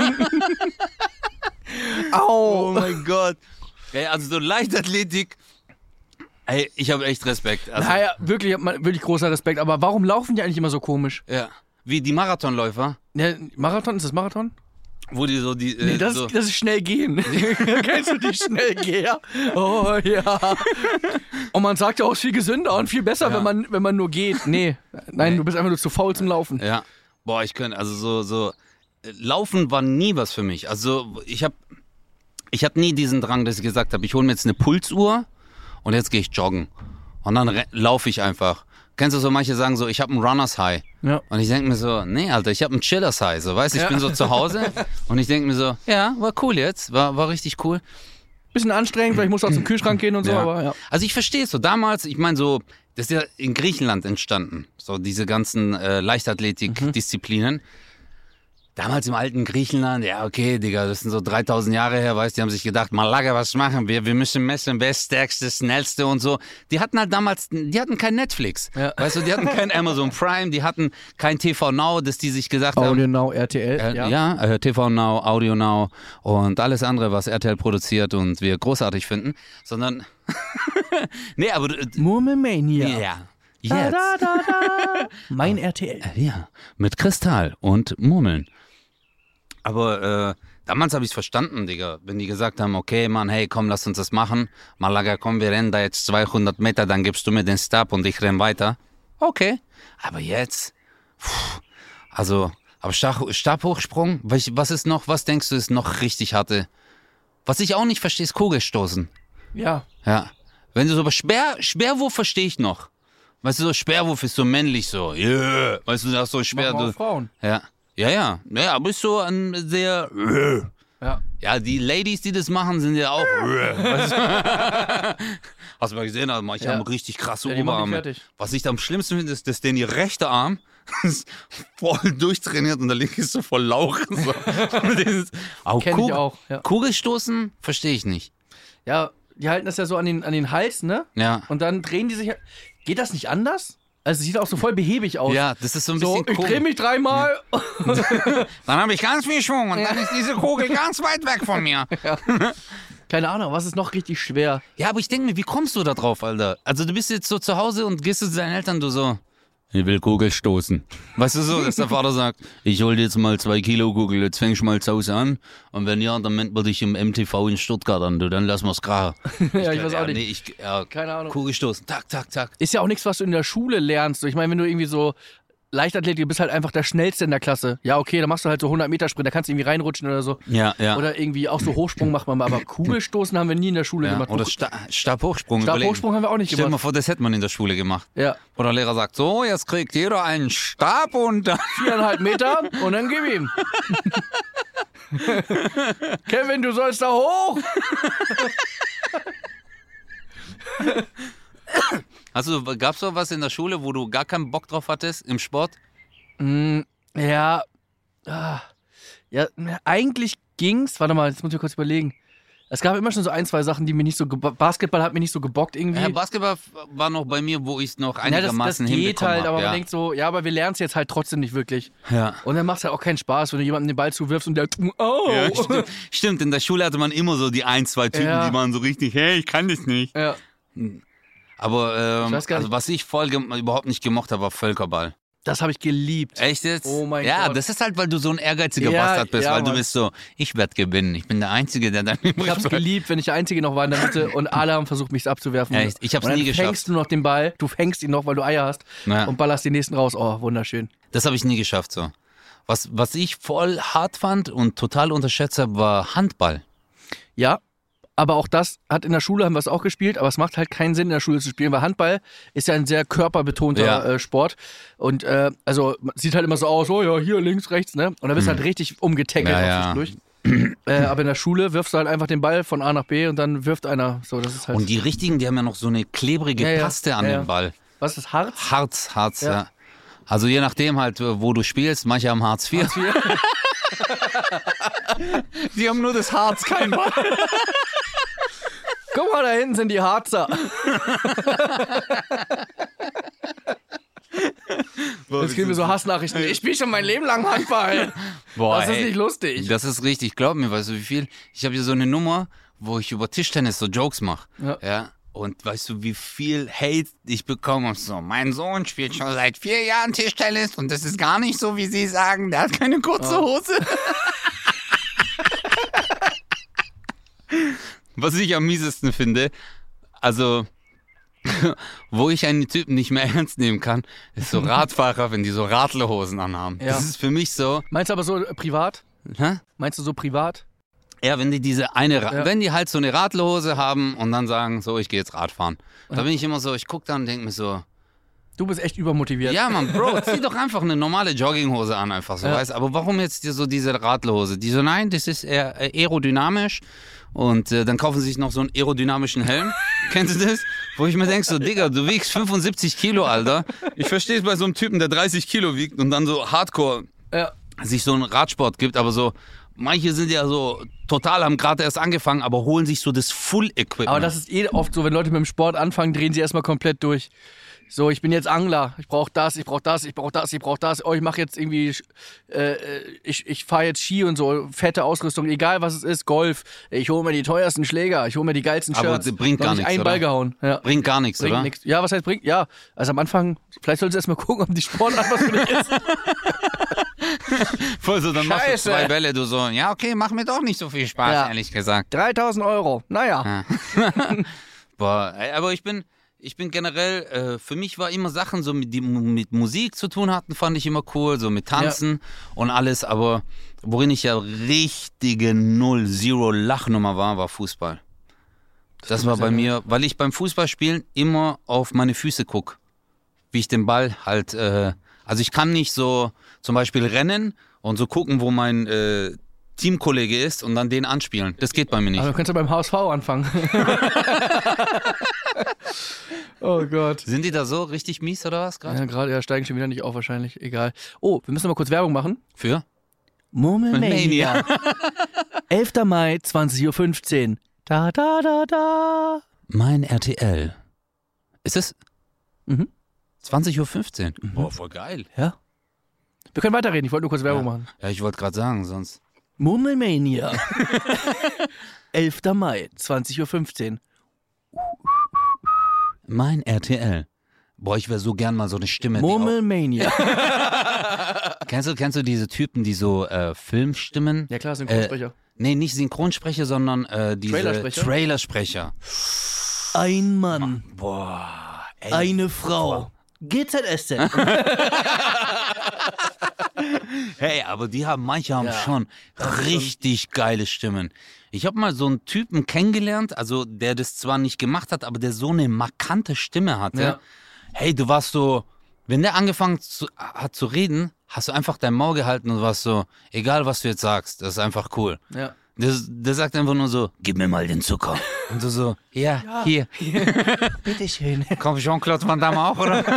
Au. Oh mein Gott. Ey, also so Leichtathletik, ey, ich habe echt Respekt. Also, Naja, wirklich, ich hab mal- wirklich großer Respekt. Aber warum laufen die eigentlich immer so komisch? ja. Wie die Marathonläufer, Ja, Marathon, ist das Marathon? wo die so die. Äh, Nee, das, so, ist, das ist schnell gehen. Kennst du die Schnellgeher? Oh ja. Und man sagt ja auch, es ist viel gesünder und viel besser, Ja. wenn, man, wenn man nur geht. Nee, nein, Nee. du bist einfach nur zu faul zum Laufen. Ja. Boah, ich könnte, also so, so, äh, Laufen war nie was für mich. Also ich habe ich hab nie diesen Drang, dass ich gesagt habe, ich hole mir jetzt eine Pulsuhr und jetzt gehe ich joggen. Und dann laufe ich einfach. Kennst du so, manche sagen so, ich habe einen Runners High. Ja. Und ich denke mir so, nee, Alter, ich habe einen Chillers High. So, weißt du, ich Ja. bin so zu Hause und ich denke mir so, ja, war cool jetzt, war, war richtig cool. Bisschen anstrengend, weil ich muss auch zum Kühlschrank gehen und so, Ja. aber ja. Also ich verstehe es so. Damals, ich meine so, das ist ja in Griechenland entstanden. So diese ganzen äh, Leichtathletik-Disziplinen. Damals im alten Griechenland, ja okay, Digga, das sind so dreitausend Jahre her, weißt du, die haben sich gedacht, Malaga, was machen wir? Wir müssen messen, wer ist stärkste, schnellste und so. Die hatten halt damals, die hatten kein Netflix, Ja. weißt du, die hatten kein Amazon Prime, die hatten kein T V Now, dass die sich gesagt haben, Audio Now, R T L. äh, ja. ja, äh, T V Now, Audio Now und alles andere, was R T L produziert und wir großartig finden, sondern, nee, aber, äh, Murmelmania. ja, Da, jetzt. da, da, da. Mein R T L. Ja, mit Kristall und Murmeln. Aber äh, damals habe ich es verstanden, Digga. Wenn die gesagt haben, okay, Mann, hey, komm, lass uns das machen. Malaga, komm, wir rennen da jetzt zweihundert Meter, dann gibst du mir den Stab und ich renn weiter. Okay. Aber jetzt, pff, also, aber Stab, Stabhochsprung, was ist noch, was denkst du, ist noch richtig hatte? Was ich auch nicht verstehe, ist Kugelstoßen. Ja. Ja. Wenn du so, aber Speer, Speerwurf verstehe ich noch. Weißt du, so Speerwurf ist so männlich, so, yeah. Weißt du, das ist so schwer. Machen wir Du, auch Frauen. ja. Ja, ja. Ja, aber ist so ein sehr. Ja. Ja, die Ladies, die das machen, sind ja auch. Weißt du? Hast du mal gesehen? Also manche Ja. haben richtig krasse Ja, die machen die Oberarme. fertig. Was ich am schlimmsten finde, ist, dass denen ihr rechter Arm ist voll durchtrainiert und der linke ist so voll Lauch. So. Und dieses- auch Kenn ich Kugel- auch, ja. Kugelstoßen verstehe ich nicht. Ja, die halten das ja so an den, an den Hals, ne? Ja. Und dann drehen die sich. Geht das nicht anders? Also, es sieht auch so voll behäbig aus. Ja, das ist so ein So, bisschen ich drehe komisch. mich dreimal. Dann habe ich ganz viel Schwung und dann ist diese Kugel ganz weit weg von mir. Keine Ahnung, was ist noch richtig schwer? Ja, aber ich denke mir, wie kommst du da drauf, Alter? Also du bist jetzt so zu Hause und gehst zu deinen Eltern, du so, ich will Kugel stoßen. Weißt du so, dass der Vater sagt, ich hol dir jetzt mal zwei Kilo Kugel, jetzt fängst du mal zu Hause an und wenn ja, dann melden wir dich im M T V in Stuttgart an, du, dann lassen wir's krachen. Ja, ich weiß auch ja, nicht. Nee, ich, ja, Keine Ahnung. Kugel stoßen, tak, tak, tak. Ist ja auch nichts, was du in der Schule lernst. Ich meine, wenn du irgendwie so Leichtathletik, du bist halt einfach der Schnellste in der Klasse. Ja, okay, dann machst du halt so hundert Meter Sprint, da kannst du irgendwie reinrutschen oder so. Ja, ja. Oder irgendwie auch so Hochsprung macht man mal. Aber Kugelstoßen haben wir nie in der Schule ja. gemacht. Oder Sta Stabhochsprung. Stabhochsprung haben wir auch nicht Stell dir mal gemacht. vor, das hätte man in der Schule gemacht. Ja, Wo der Lehrer sagt, so, jetzt kriegt jeder einen Stab und dann... viereinhalb Meter und dann gib ihm. Kevin, du sollst da hoch. Also, gab's da was in der Schule, wo du gar keinen Bock drauf hattest im Sport? Ja, ah, ja, eigentlich ging's. Warte mal, jetzt muss ich kurz überlegen. Es gab immer schon so ein, zwei Sachen, die mir nicht so. ge- Basketball hat mir nicht so gebockt irgendwie. Ja, Basketball war noch bei mir, wo ich es noch Ja, das, das einigermaßen geht hinbekommen halt, hab, aber ja. man denkt so, ja, aber wir lernen es jetzt halt trotzdem nicht wirklich. Ja. Und dann macht es halt auch keinen Spaß, wenn du jemandem den Ball zuwirfst und der, oh. Ja, stimmt. Stimmt, in der Schule hatte man immer so die ein, zwei Typen, Ja. die waren so richtig, hey, ich kann das nicht. Ja. Aber ähm, Ich weiß gar also, nicht. was ich voll gem- überhaupt nicht gemocht habe, war Völkerball. Das habe ich geliebt. Echt jetzt? Oh mein ja, Gott. das ist halt, weil du so ein ehrgeiziger Ja, Bastard bist, ja, weil du Mann. bist so, ich werde gewinnen, ich bin der Einzige, der dann Ich hab's geliebt, wenn ich der Einzige noch war in der Mitte und alle haben versucht, mich abzuwerfen. Echt? Ich hab's und dann nie geschafft. fängst du noch den Ball, du fängst ihn noch, weil du Eier hast Ja. und ballerst den nächsten raus. Oh, wunderschön. Das habe ich nie geschafft so. Was, was ich voll hart fand und total unterschätzt habe, war Handball. Ja, aber auch das hat in der Schule, haben wir es auch gespielt, aber es macht halt keinen Sinn, in der Schule zu spielen, weil Handball ist ja ein sehr körperbetonter Ja. äh, Sport. Und äh, also man sieht halt immer so aus, oh ja, hier links, rechts, ne? Und da bist du halt richtig umgetackelt Mhm. Ja, auf ja. dich durch. äh, aber in der Schule wirfst du halt einfach den Ball von A nach B und dann wirft einer. So, das ist halt. Und die richtigen, die haben ja noch so eine klebrige Ja, ja. Paste an Ja, ja. dem Ball. Was ist Harz? Harz, Harz, ja. Ja. Also je nachdem halt, wo du spielst, manche haben Harz vier. Hartz vier? Die haben nur das Harz, kein Ball. Guck mal, da hinten sind die Harzer. Jetzt kriegen wir so Hassnachrichten. Ich spiele schon mein Leben lang Handball. Boah, Das ist ey, nicht lustig. Das ist richtig, glaub mir, weißt du wie viel? Ich habe hier so eine Nummer, wo ich über Tischtennis so Jokes mache. Ja. Ja. Und weißt du, wie viel Hate ich bekomme? Und so, mein Sohn spielt schon seit vier Jahren Tischtennis und das ist gar nicht so, wie Sie sagen. Der hat keine kurze Hose. Was ich am miesesten finde, also, wo ich einen Typen nicht mehr ernst nehmen kann, ist so Radfahrer, wenn die so Radlerhosen anhaben. Ja. Das ist für mich so, Meinst du aber so äh, privat? hä? Meinst du so privat? Ja, wenn die diese eine, Ra Ja. wenn die halt so eine Radlerhose haben und dann sagen, so, ich gehe jetzt Radfahren. Da bin ich immer so, ich gucke dann und denke mir so, Du bist echt übermotiviert. ja Mann, Bro, zieh doch einfach eine normale Jogginghose an, einfach so, Ja. weißt. Aber warum jetzt dir so diese Radlerhose? Die so, nein, das ist eher äh, aerodynamisch und äh, dann kaufen sie sich noch so einen aerodynamischen Helm. Kennst du das? Wo ich mir denke so, Digga, du wiegst fünfundsiebzig Kilo, Alter. Ich verstehe es bei so einem Typen, der dreißig Kilo wiegt und dann so Hardcore Ja. sich so einen Radsport gibt, aber so, manche sind ja so total, haben gerade erst angefangen, aber holen sich so das Full-Equipment. Aber das ist eh oft so, wenn Leute mit dem Sport anfangen, drehen sie erstmal komplett durch. So, ich bin jetzt Angler, ich brauche das, ich brauche das, ich brauche das, ich brauche das. Oh, ich mache jetzt irgendwie, äh, ich, ich fahre jetzt Ski und so, fette Ausrüstung, egal was es ist, Golf. Ich hole mir die teuersten Schläger, ich hole mir die geilsten aber Shirts. das bringt Noch gar nicht nichts, einen oder? Ball gehauen. Ja. Bringt gar nichts, Bringt oder? nix. Ja, was heißt bringt? Ja, also am Anfang, vielleicht solltest du erst mal gucken, ob die Sportart was für dich ist. Voll so, dann machst du Scheiße. zwei Bälle, du so, ja okay, macht mir doch nicht so viel Spaß, Ja. ehrlich gesagt. dreitausend Euro, naja. Boah, ey, aber ich bin, ich bin generell, äh, für mich war immer Sachen, so mit, die mit Musik zu tun hatten, fand ich immer cool, so mit Tanzen und alles, aber worin ich ja richtige Null, Zero Lachnummer war, war Fußball. Das war bei mir, weil ich beim Fußballspielen immer auf meine Füße gucke, wie ich den Ball halt, äh, also ich kann nicht so zum Beispiel rennen und so gucken, wo mein äh, Teamkollege ist und dann den anspielen. Das geht bei mir nicht. Aber du könntest ja beim H S V anfangen. Oh Gott. Sind die da so richtig mies oder was gerade? Ja, gerade, ja, steigen schon wieder nicht auf wahrscheinlich. Egal. Oh, wir müssen noch mal kurz Werbung machen. Für? Murmelmania. elfter Mai, zwanzig Uhr fünfzehn. Da, da, da, da. Mein R T L. Ist es Mhm. zwanzig Uhr fünfzehn? Boah, voll geil. Ja. Wir können weiterreden, ich wollte nur kurz Werbung machen. Ja, ich wollte gerade sagen, sonst. Murmelmania. elfter Mai, zwanzig Uhr fünfzehn. Mein R T L. Boah, ich wäre so gern mal so eine Stimme. Die Murmelmania. auch, kennst, du, kennst du diese Typen, die so äh, Filmstimmen? Ja klar, Synchronsprecher. Nee, nicht Synchronsprecher, sondern äh, diese Trailersprecher? Trailersprecher. Ein Mann, Boah, ey. eine Frau. G Z S Z. Hey, aber die haben, manche haben Ja, schon richtig geile Stimmen. Ich habe mal so einen Typen kennengelernt, also der das zwar nicht gemacht hat, aber der so eine markante Stimme hatte. Ja. Hey, du warst so, wenn der angefangen zu, hat zu reden, hast du einfach dein Maul gehalten und warst so, egal was du jetzt sagst, das ist einfach cool. Ja. Der, der sagt einfach nur so, gib mir mal den Zucker. Und du so, ja, Ja. hier. Bitteschön. Komm, Jean-Claude Van Damme auch, oder?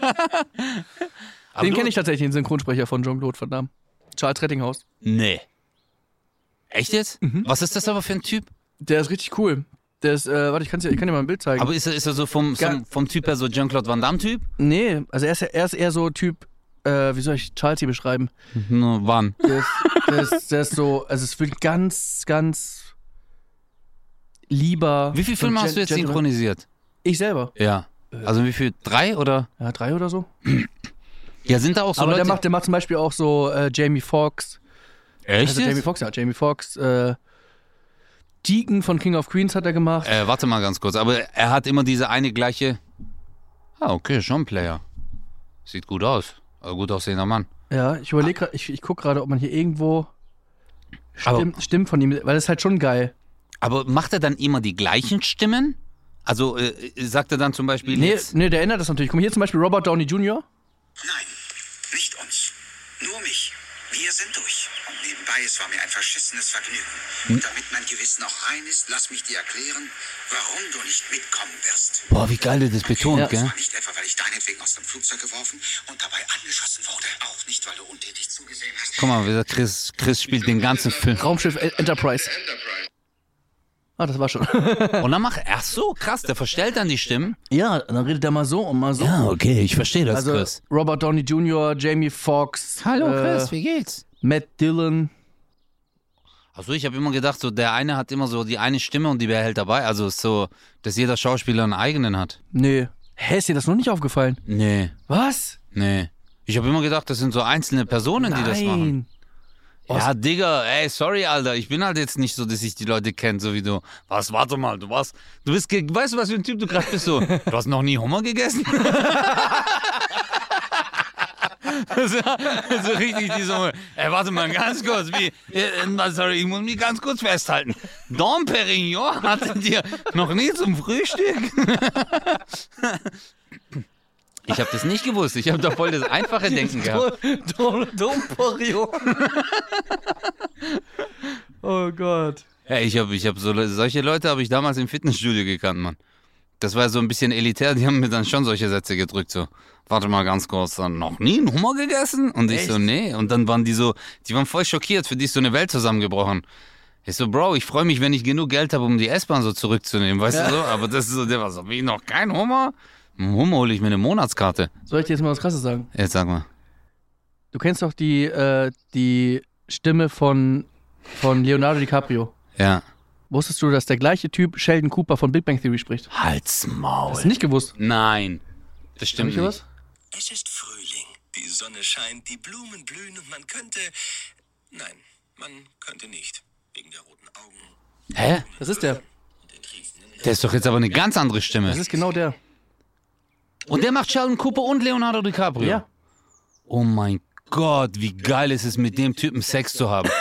Aber Den du- kenne ich tatsächlich, den Synchronsprecher von Jean-Claude Van Damme. Charles Rettinghaus. Nee. Echt jetzt? Mhm. Was ist das aber für ein Typ? Der ist richtig cool. Der ist, äh, warte, ich, kann's dir, ich kann dir mal ein Bild zeigen. Aber ist er, ist er so vom, Ga- vom, vom Typ her so Jean-Claude Van Damme-Typ? nee, also er ist, er ist eher so Typ, äh, wie soll ich Charles hier beschreiben? Nur wann? Der ist, der ist, der ist so, also es wird ganz, ganz lieber. Wie viele Filme und hast du jetzt gen- synchronisiert? Ich selber. Ja. Also wie viel? Drei oder? Ja, drei oder so. Ja, sind da auch so Aber Leute... der macht, der macht zum Beispiel auch so äh, Jamie Foxx. Echt Also Jamie jetzt? Foxx, ja, Jamie Foxx. Äh, Deacon von King of Queens hat er gemacht. Äh, warte mal ganz kurz. Aber er hat immer diese eine gleiche... Ah, okay, schon Player. Sieht gut aus. Also gut aussehender Mann. Ja, ich überlege gerade, ich, ich gucke gerade, ob man hier irgendwo Aber- Stimmen, Stimmen von ihm, weil das ist halt schon geil. Aber macht er dann immer die gleichen Stimmen? Also äh, sagt er dann zum Beispiel Nee, jetzt... nee, der ändert das natürlich. Guck mal, hier zum Beispiel Robert Downey Junior Nein, nicht uns. Nur mich. Wir sind durch. Und nebenbei, es war mir ein verschissenes Vergnügen. Und damit mein Gewissen auch rein ist, lass mich dir erklären, warum du nicht mitkommen wirst. Boah, wie geil der das betont, Ja. Das gell? war nicht etwa, weil ich deinetwegen aus dem Flugzeug geworfen und dabei angeschossen wurde. Auch nicht, weil du untätig zugesehen hast. Guck mal, wie der Chris, Chris spielt den ganzen Film. Raumschiff Enterprise. Ah, das war schon. Und dann macht er... Ach so, krass, der verstellt dann die Stimmen. Ja, dann redet er mal so und mal so. Ja, okay, ich verstehe das, also Chris. Robert Downey Junior, Jamie Foxx, äh, wie geht's? Matt Dillon. Achso, ich habe immer gedacht, so der eine hat immer so die eine Stimme und die behält dabei. Also ist so, dass jeder Schauspieler einen eigenen hat. Nee. Hä, ist dir das noch nicht aufgefallen? Nee, Was? nee. Ich habe immer gedacht, das sind so einzelne Personen, die das machen. Ja, Digga, ey, sorry, Alter. Ich bin halt jetzt nicht so, dass ich die Leute kenne, so wie du. Was, warte mal, du warst, du bist, ge- weißt du, was für ein Typ du gerade bist? So, du hast noch nie Hummer gegessen? so, so richtig die so, ey, warte mal, ganz kurz, wie, äh, sorry, ich muss mich ganz kurz festhalten. Dom Perignon hattet ihr noch nie zum Frühstück? Ich habe das nicht gewusst. Ich habe da voll das einfache Denken gehabt. Domporio. Oh Gott. Ja, ich habe ich hab so, solche Leute habe ich damals im Fitnessstudio gekannt, Mann. Das war so ein bisschen elitär, die haben mir dann schon solche Sätze gedrückt, so, warte mal ganz kurz, dann noch nie einen Hummer gegessen? Und ich Echt? so, nee. Und dann waren die so, die waren voll schockiert, für die ist so eine Welt zusammengebrochen. Ich so, Bro, ich freue mich, wenn ich genug Geld habe, um die S-Bahn so zurückzunehmen, weißt Ja. du so? Aber das ist so, der war so, wie, noch kein Hummer? Einen Hummer hole ich mir eine Monatskarte. Soll ich dir jetzt mal was Krasses sagen? Jetzt sag mal. Du kennst doch die, äh, die Stimme von, von Leonardo DiCaprio. Ja. Wusstest du, dass der gleiche Typ Sheldon Cooper von Big Bang Theory spricht? Halt's Maul. Hast du nicht gewusst? Nein. Das Hab stimmt ich hier nicht. was? Es ist Frühling, die Sonne scheint, die Blumen blühen und man könnte... Nein, man könnte nicht, wegen der roten Augen Hä? Das ist der. und den triefenden... Der ist doch jetzt aber eine ganz andere Stimme. Das ist genau der. Und der macht Sheldon Cooper und Leonardo DiCaprio? Ja. Oh mein Gott, wie geil ist es, mit dem Typen Sex zu haben.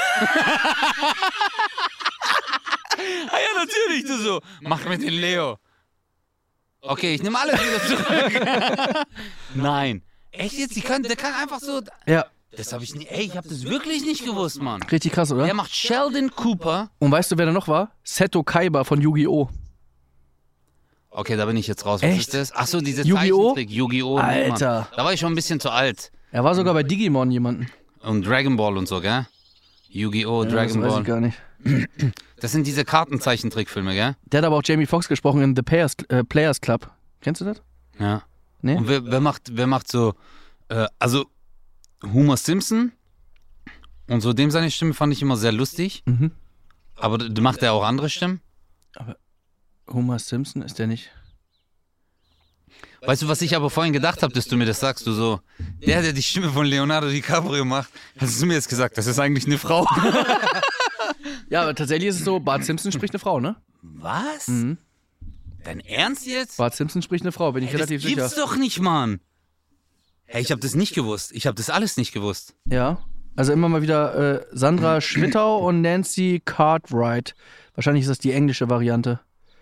Ah ja, natürlich, du so. Mach mit den Leo. Okay, ich nehme alles wieder zurück. Nein. Echt jetzt? Die kann, der kann einfach so... Ja, Das habe ich nicht... Ey, ich habe das wirklich nicht gewusst, Mann. richtig krass, oder? Der macht Sheldon Cooper. Und weißt du, wer da noch war? Seto Kaiba von Yu-Gi-Oh! Okay, da bin ich jetzt raus. Was Echt? ist das? Achso, diese Yu-Gi-Oh? Zeichentrick. Yu-Gi-Oh! Alter. Mann. Da war ich schon ein bisschen zu alt. Er war sogar bei Digimon jemanden. Und Dragon Ball und so, gell? Yu-Gi-Oh! Ja, Dragon das weiß Ball. ich gar nicht. Das sind diese Kartenzeichentrickfilme, gell? Der hat aber auch Jamie Foxx gesprochen in The Players, äh, Players Club. Kennst du das? Ja. Nee? Und wer, wer macht, wer macht so, äh, also Homer Simpson und so dem seine Stimme fand ich immer sehr lustig. Mhm. Aber d- macht er auch andere Stimmen? Homer Simpson ist der nicht. Weißt du, was ich aber vorhin gedacht habe, dass du mir das sagst, du so, der, der die Stimme von Leonardo DiCaprio macht, hast du mir jetzt gesagt, das ist eigentlich eine Frau. Ja, aber tatsächlich ist es so, Bart Simpson spricht eine Frau, ne? Was? Mhm. Dein Ernst jetzt? Bart Simpson spricht eine Frau, bin ich Hey, das relativ gibt's sicher. doch nicht, Mann. Hey, ich habe das nicht gewusst. Ich habe das alles nicht gewusst. Ja. Also immer mal wieder äh, Sandra Schwittau und Nancy Cartwright. Wahrscheinlich ist das die englische Variante.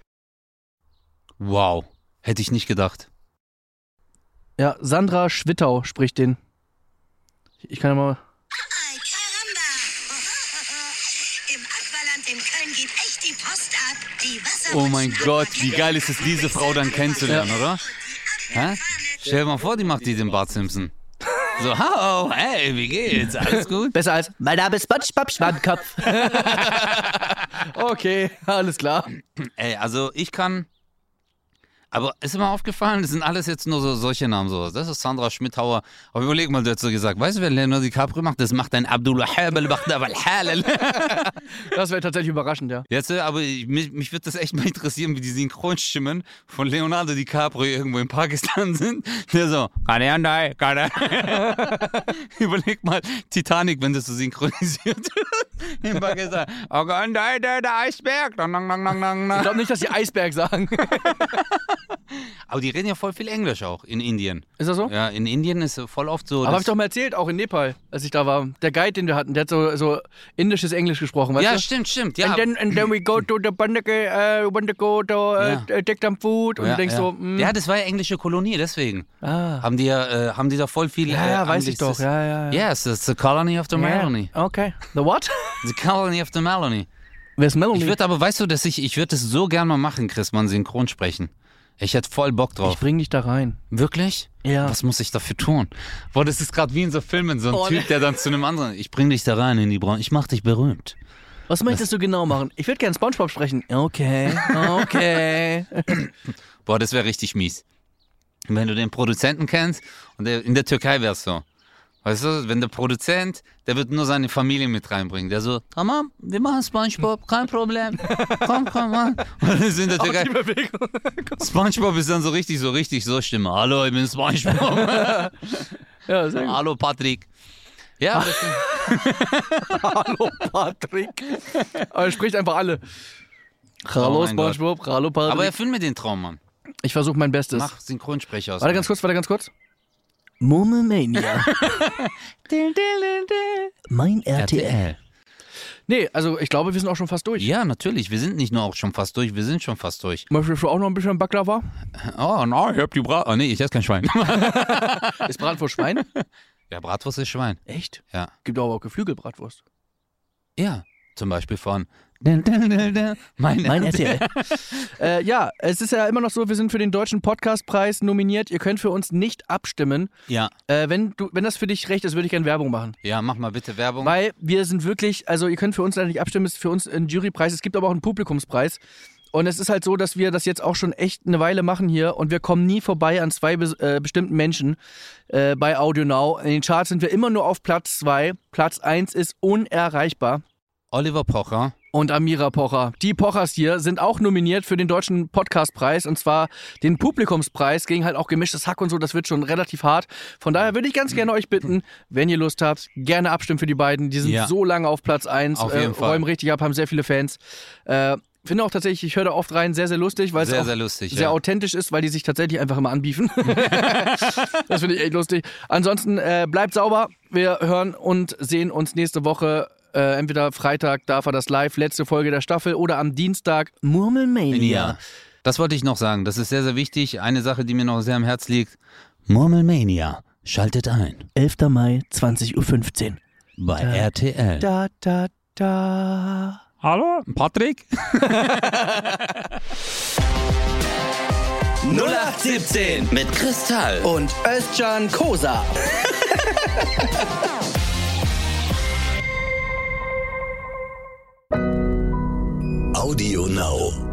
Wow. Hätte ich nicht gedacht. Ja, Sandra Schwittau spricht den. Ich kann ja mal. Ay, caramba! Im Aqualand in Köln geht echt die Post ab. Die Wasser Oh mein Gott, wie geil ist es, diese Frau dann kennenzulernen, oder? Hä? Stell dir mal vor, die macht die den Bart Simpson. So, hallo, hey, wie geht's? Alles gut? Besser als mein Name ist SpongeBob Schwammkopf. Okay, alles klar. Ey, also ich kann... Aber ist mir aufgefallen, das sind alles jetzt nur so solche Namen. So. Das ist Sandra Schmidhauer. Aber überleg mal, du hättest so gesagt, weißt du, wer Leonardo DiCaprio macht? Das macht ein Abdulwahab al-Halal. Das wäre tatsächlich überraschend, ja. Jetzt, äh, aber ich, mich, mich würde das echt mal interessieren, wie die Synchronstimmen von Leonardo DiCaprio irgendwo in Pakistan sind. Der so, Kanai, Kanai. Überleg mal, Titanic, wenn das so synchronisiert wird. In Pakistan. Oh, Kanai, der, der Eisberg. Dang, dang, dang, dang, dang. Ich glaube nicht, dass die Eisberg sagen. Aber die reden ja voll viel Englisch auch in Indien. Ist das so? Ja, in Indien ist voll oft so. Aber hab dass- ich doch mal erzählt, auch in Nepal, als ich da war. Der Guide, den wir hatten, der hat so, so indisches Englisch gesprochen, weißt ja, du? stimmt, stimmt. Ja, And then, and then we go to the Bandake, uh, want to go to uh, Ja. uh, take some food. Und ja, du denkst ja. so, mm, ja, das war ja englische Kolonie, deswegen. ah. Haben die ja, äh, haben die da voll viel. Ja, äh, ja, weiß ich Anglizismen. doch. Ja, ja, ja. Yes, it's the colony of the Melanie. Yeah. Okay. The what? The colony of the Melanie. Wer ist Melanie? Ich würde aber, weißt du, dass ich, ich würde das so gern mal machen, Chris, mal synchron sprechen. Ich hätte voll Bock drauf. Ich bring dich da rein. Wirklich? Ja. Was muss ich dafür tun? Boah, das ist gerade wie in so Filmen, so ein Oh, Typ, ne. der dann zu einem anderen, ich bring dich da rein in die Branche, ich mach dich berühmt. Was möchtest du genau machen? Ich würde gerne SpongeBob sprechen. Okay, okay. Boah, das wäre richtig mies. Wenn du den Produzenten kennst und der, in der Türkei wär's so. Weißt du, wenn der Produzent, der wird nur seine Familie mit reinbringen. Der so, Tamam, wir machen SpongeBob, kein Problem. Komm, komm, Mann. Und das ist in der Türkei. SpongeBob ist dann so richtig, so richtig, so Stimme. Hallo, ich bin SpongeBob. Ja, sehr gut. Hallo, Patrick. Ja, das sind, Hallo Patrick. Aber er spricht einfach alle. Hallo Oh mein Gott. SpongeBob, hallo Patrick. aber erfüll mir den Traum, Mann. ich versuche mein Bestes. Mach Synchronsprecher aus. Warte ganz kurz, warte ganz kurz. Murmelmania. Mein R T L. R T L. Nee, also ich glaube, wir sind auch schon fast durch. Ja, natürlich. Wir sind nicht nur auch schon fast durch, wir sind schon fast durch. Möchtest du auch noch ein bisschen Baklava? Oh, no, ich hab die Brat... Oh, nee, ich esse kein Schwein. Ist Bratwurst Schwein? Ja, Bratwurst ist Schwein. Echt? Ja. Gibt aber auch Geflügelbratwurst. Ja, Zum Beispiel von Mein, Mein R T L. äh, ja, es ist ja immer noch so, wir sind für den Deutschen Podcastpreis nominiert. Ihr könnt für uns nicht abstimmen. Ja, Äh, wenn, du, wenn das für dich recht ist, würde ich gerne Werbung machen. ja, mach mal bitte Werbung. Weil wir sind wirklich, also ihr könnt für uns leider nicht abstimmen, es ist für uns ein Jurypreis. Es gibt aber auch einen Publikumspreis. Und es ist halt so, dass wir das jetzt auch schon echt eine Weile machen hier und wir kommen nie vorbei an zwei be- äh, bestimmten Menschen äh, bei Audio Now. In den Charts sind wir immer nur auf Platz zwei. Platz eins ist unerreichbar. Oliver Pocher. Und Amira Pocher. Die Pochers hier sind auch nominiert für den Deutschen Podcastpreis und zwar den Publikumspreis gegen halt auch gemischtes Hack und so. Das wird schon relativ hart. Von daher würde ich ganz gerne euch bitten, wenn ihr Lust habt, gerne abstimmen für die beiden. Die sind Ja. so lange auf Platz eins, Auf äh, jeden Fall. räumen richtig ab, haben sehr viele Fans. Äh, finde auch tatsächlich, ich höre da oft rein, sehr, sehr lustig, weil es Sehr, auch sehr lustig, sehr ja. authentisch ist, weil die sich tatsächlich einfach immer anbiefen. Das finde ich echt lustig. Ansonsten äh, bleibt sauber. Wir hören und sehen uns nächste Woche. Äh, entweder Freitag, darf er das live, letzte Folge der Staffel, oder am Dienstag Murmelmania. Ja. Das wollte ich noch sagen. Das ist sehr, sehr wichtig. Eine Sache, die mir noch sehr am Herz liegt. Murmelmania. Schaltet ein. elfter Mai, zwanzig Uhr fünfzehn. Bei Da, R T L. Da, da, da. Hallo, Patrick? null acht siebzehn mit Kristall. Und Özcan Kosa. Audio Now.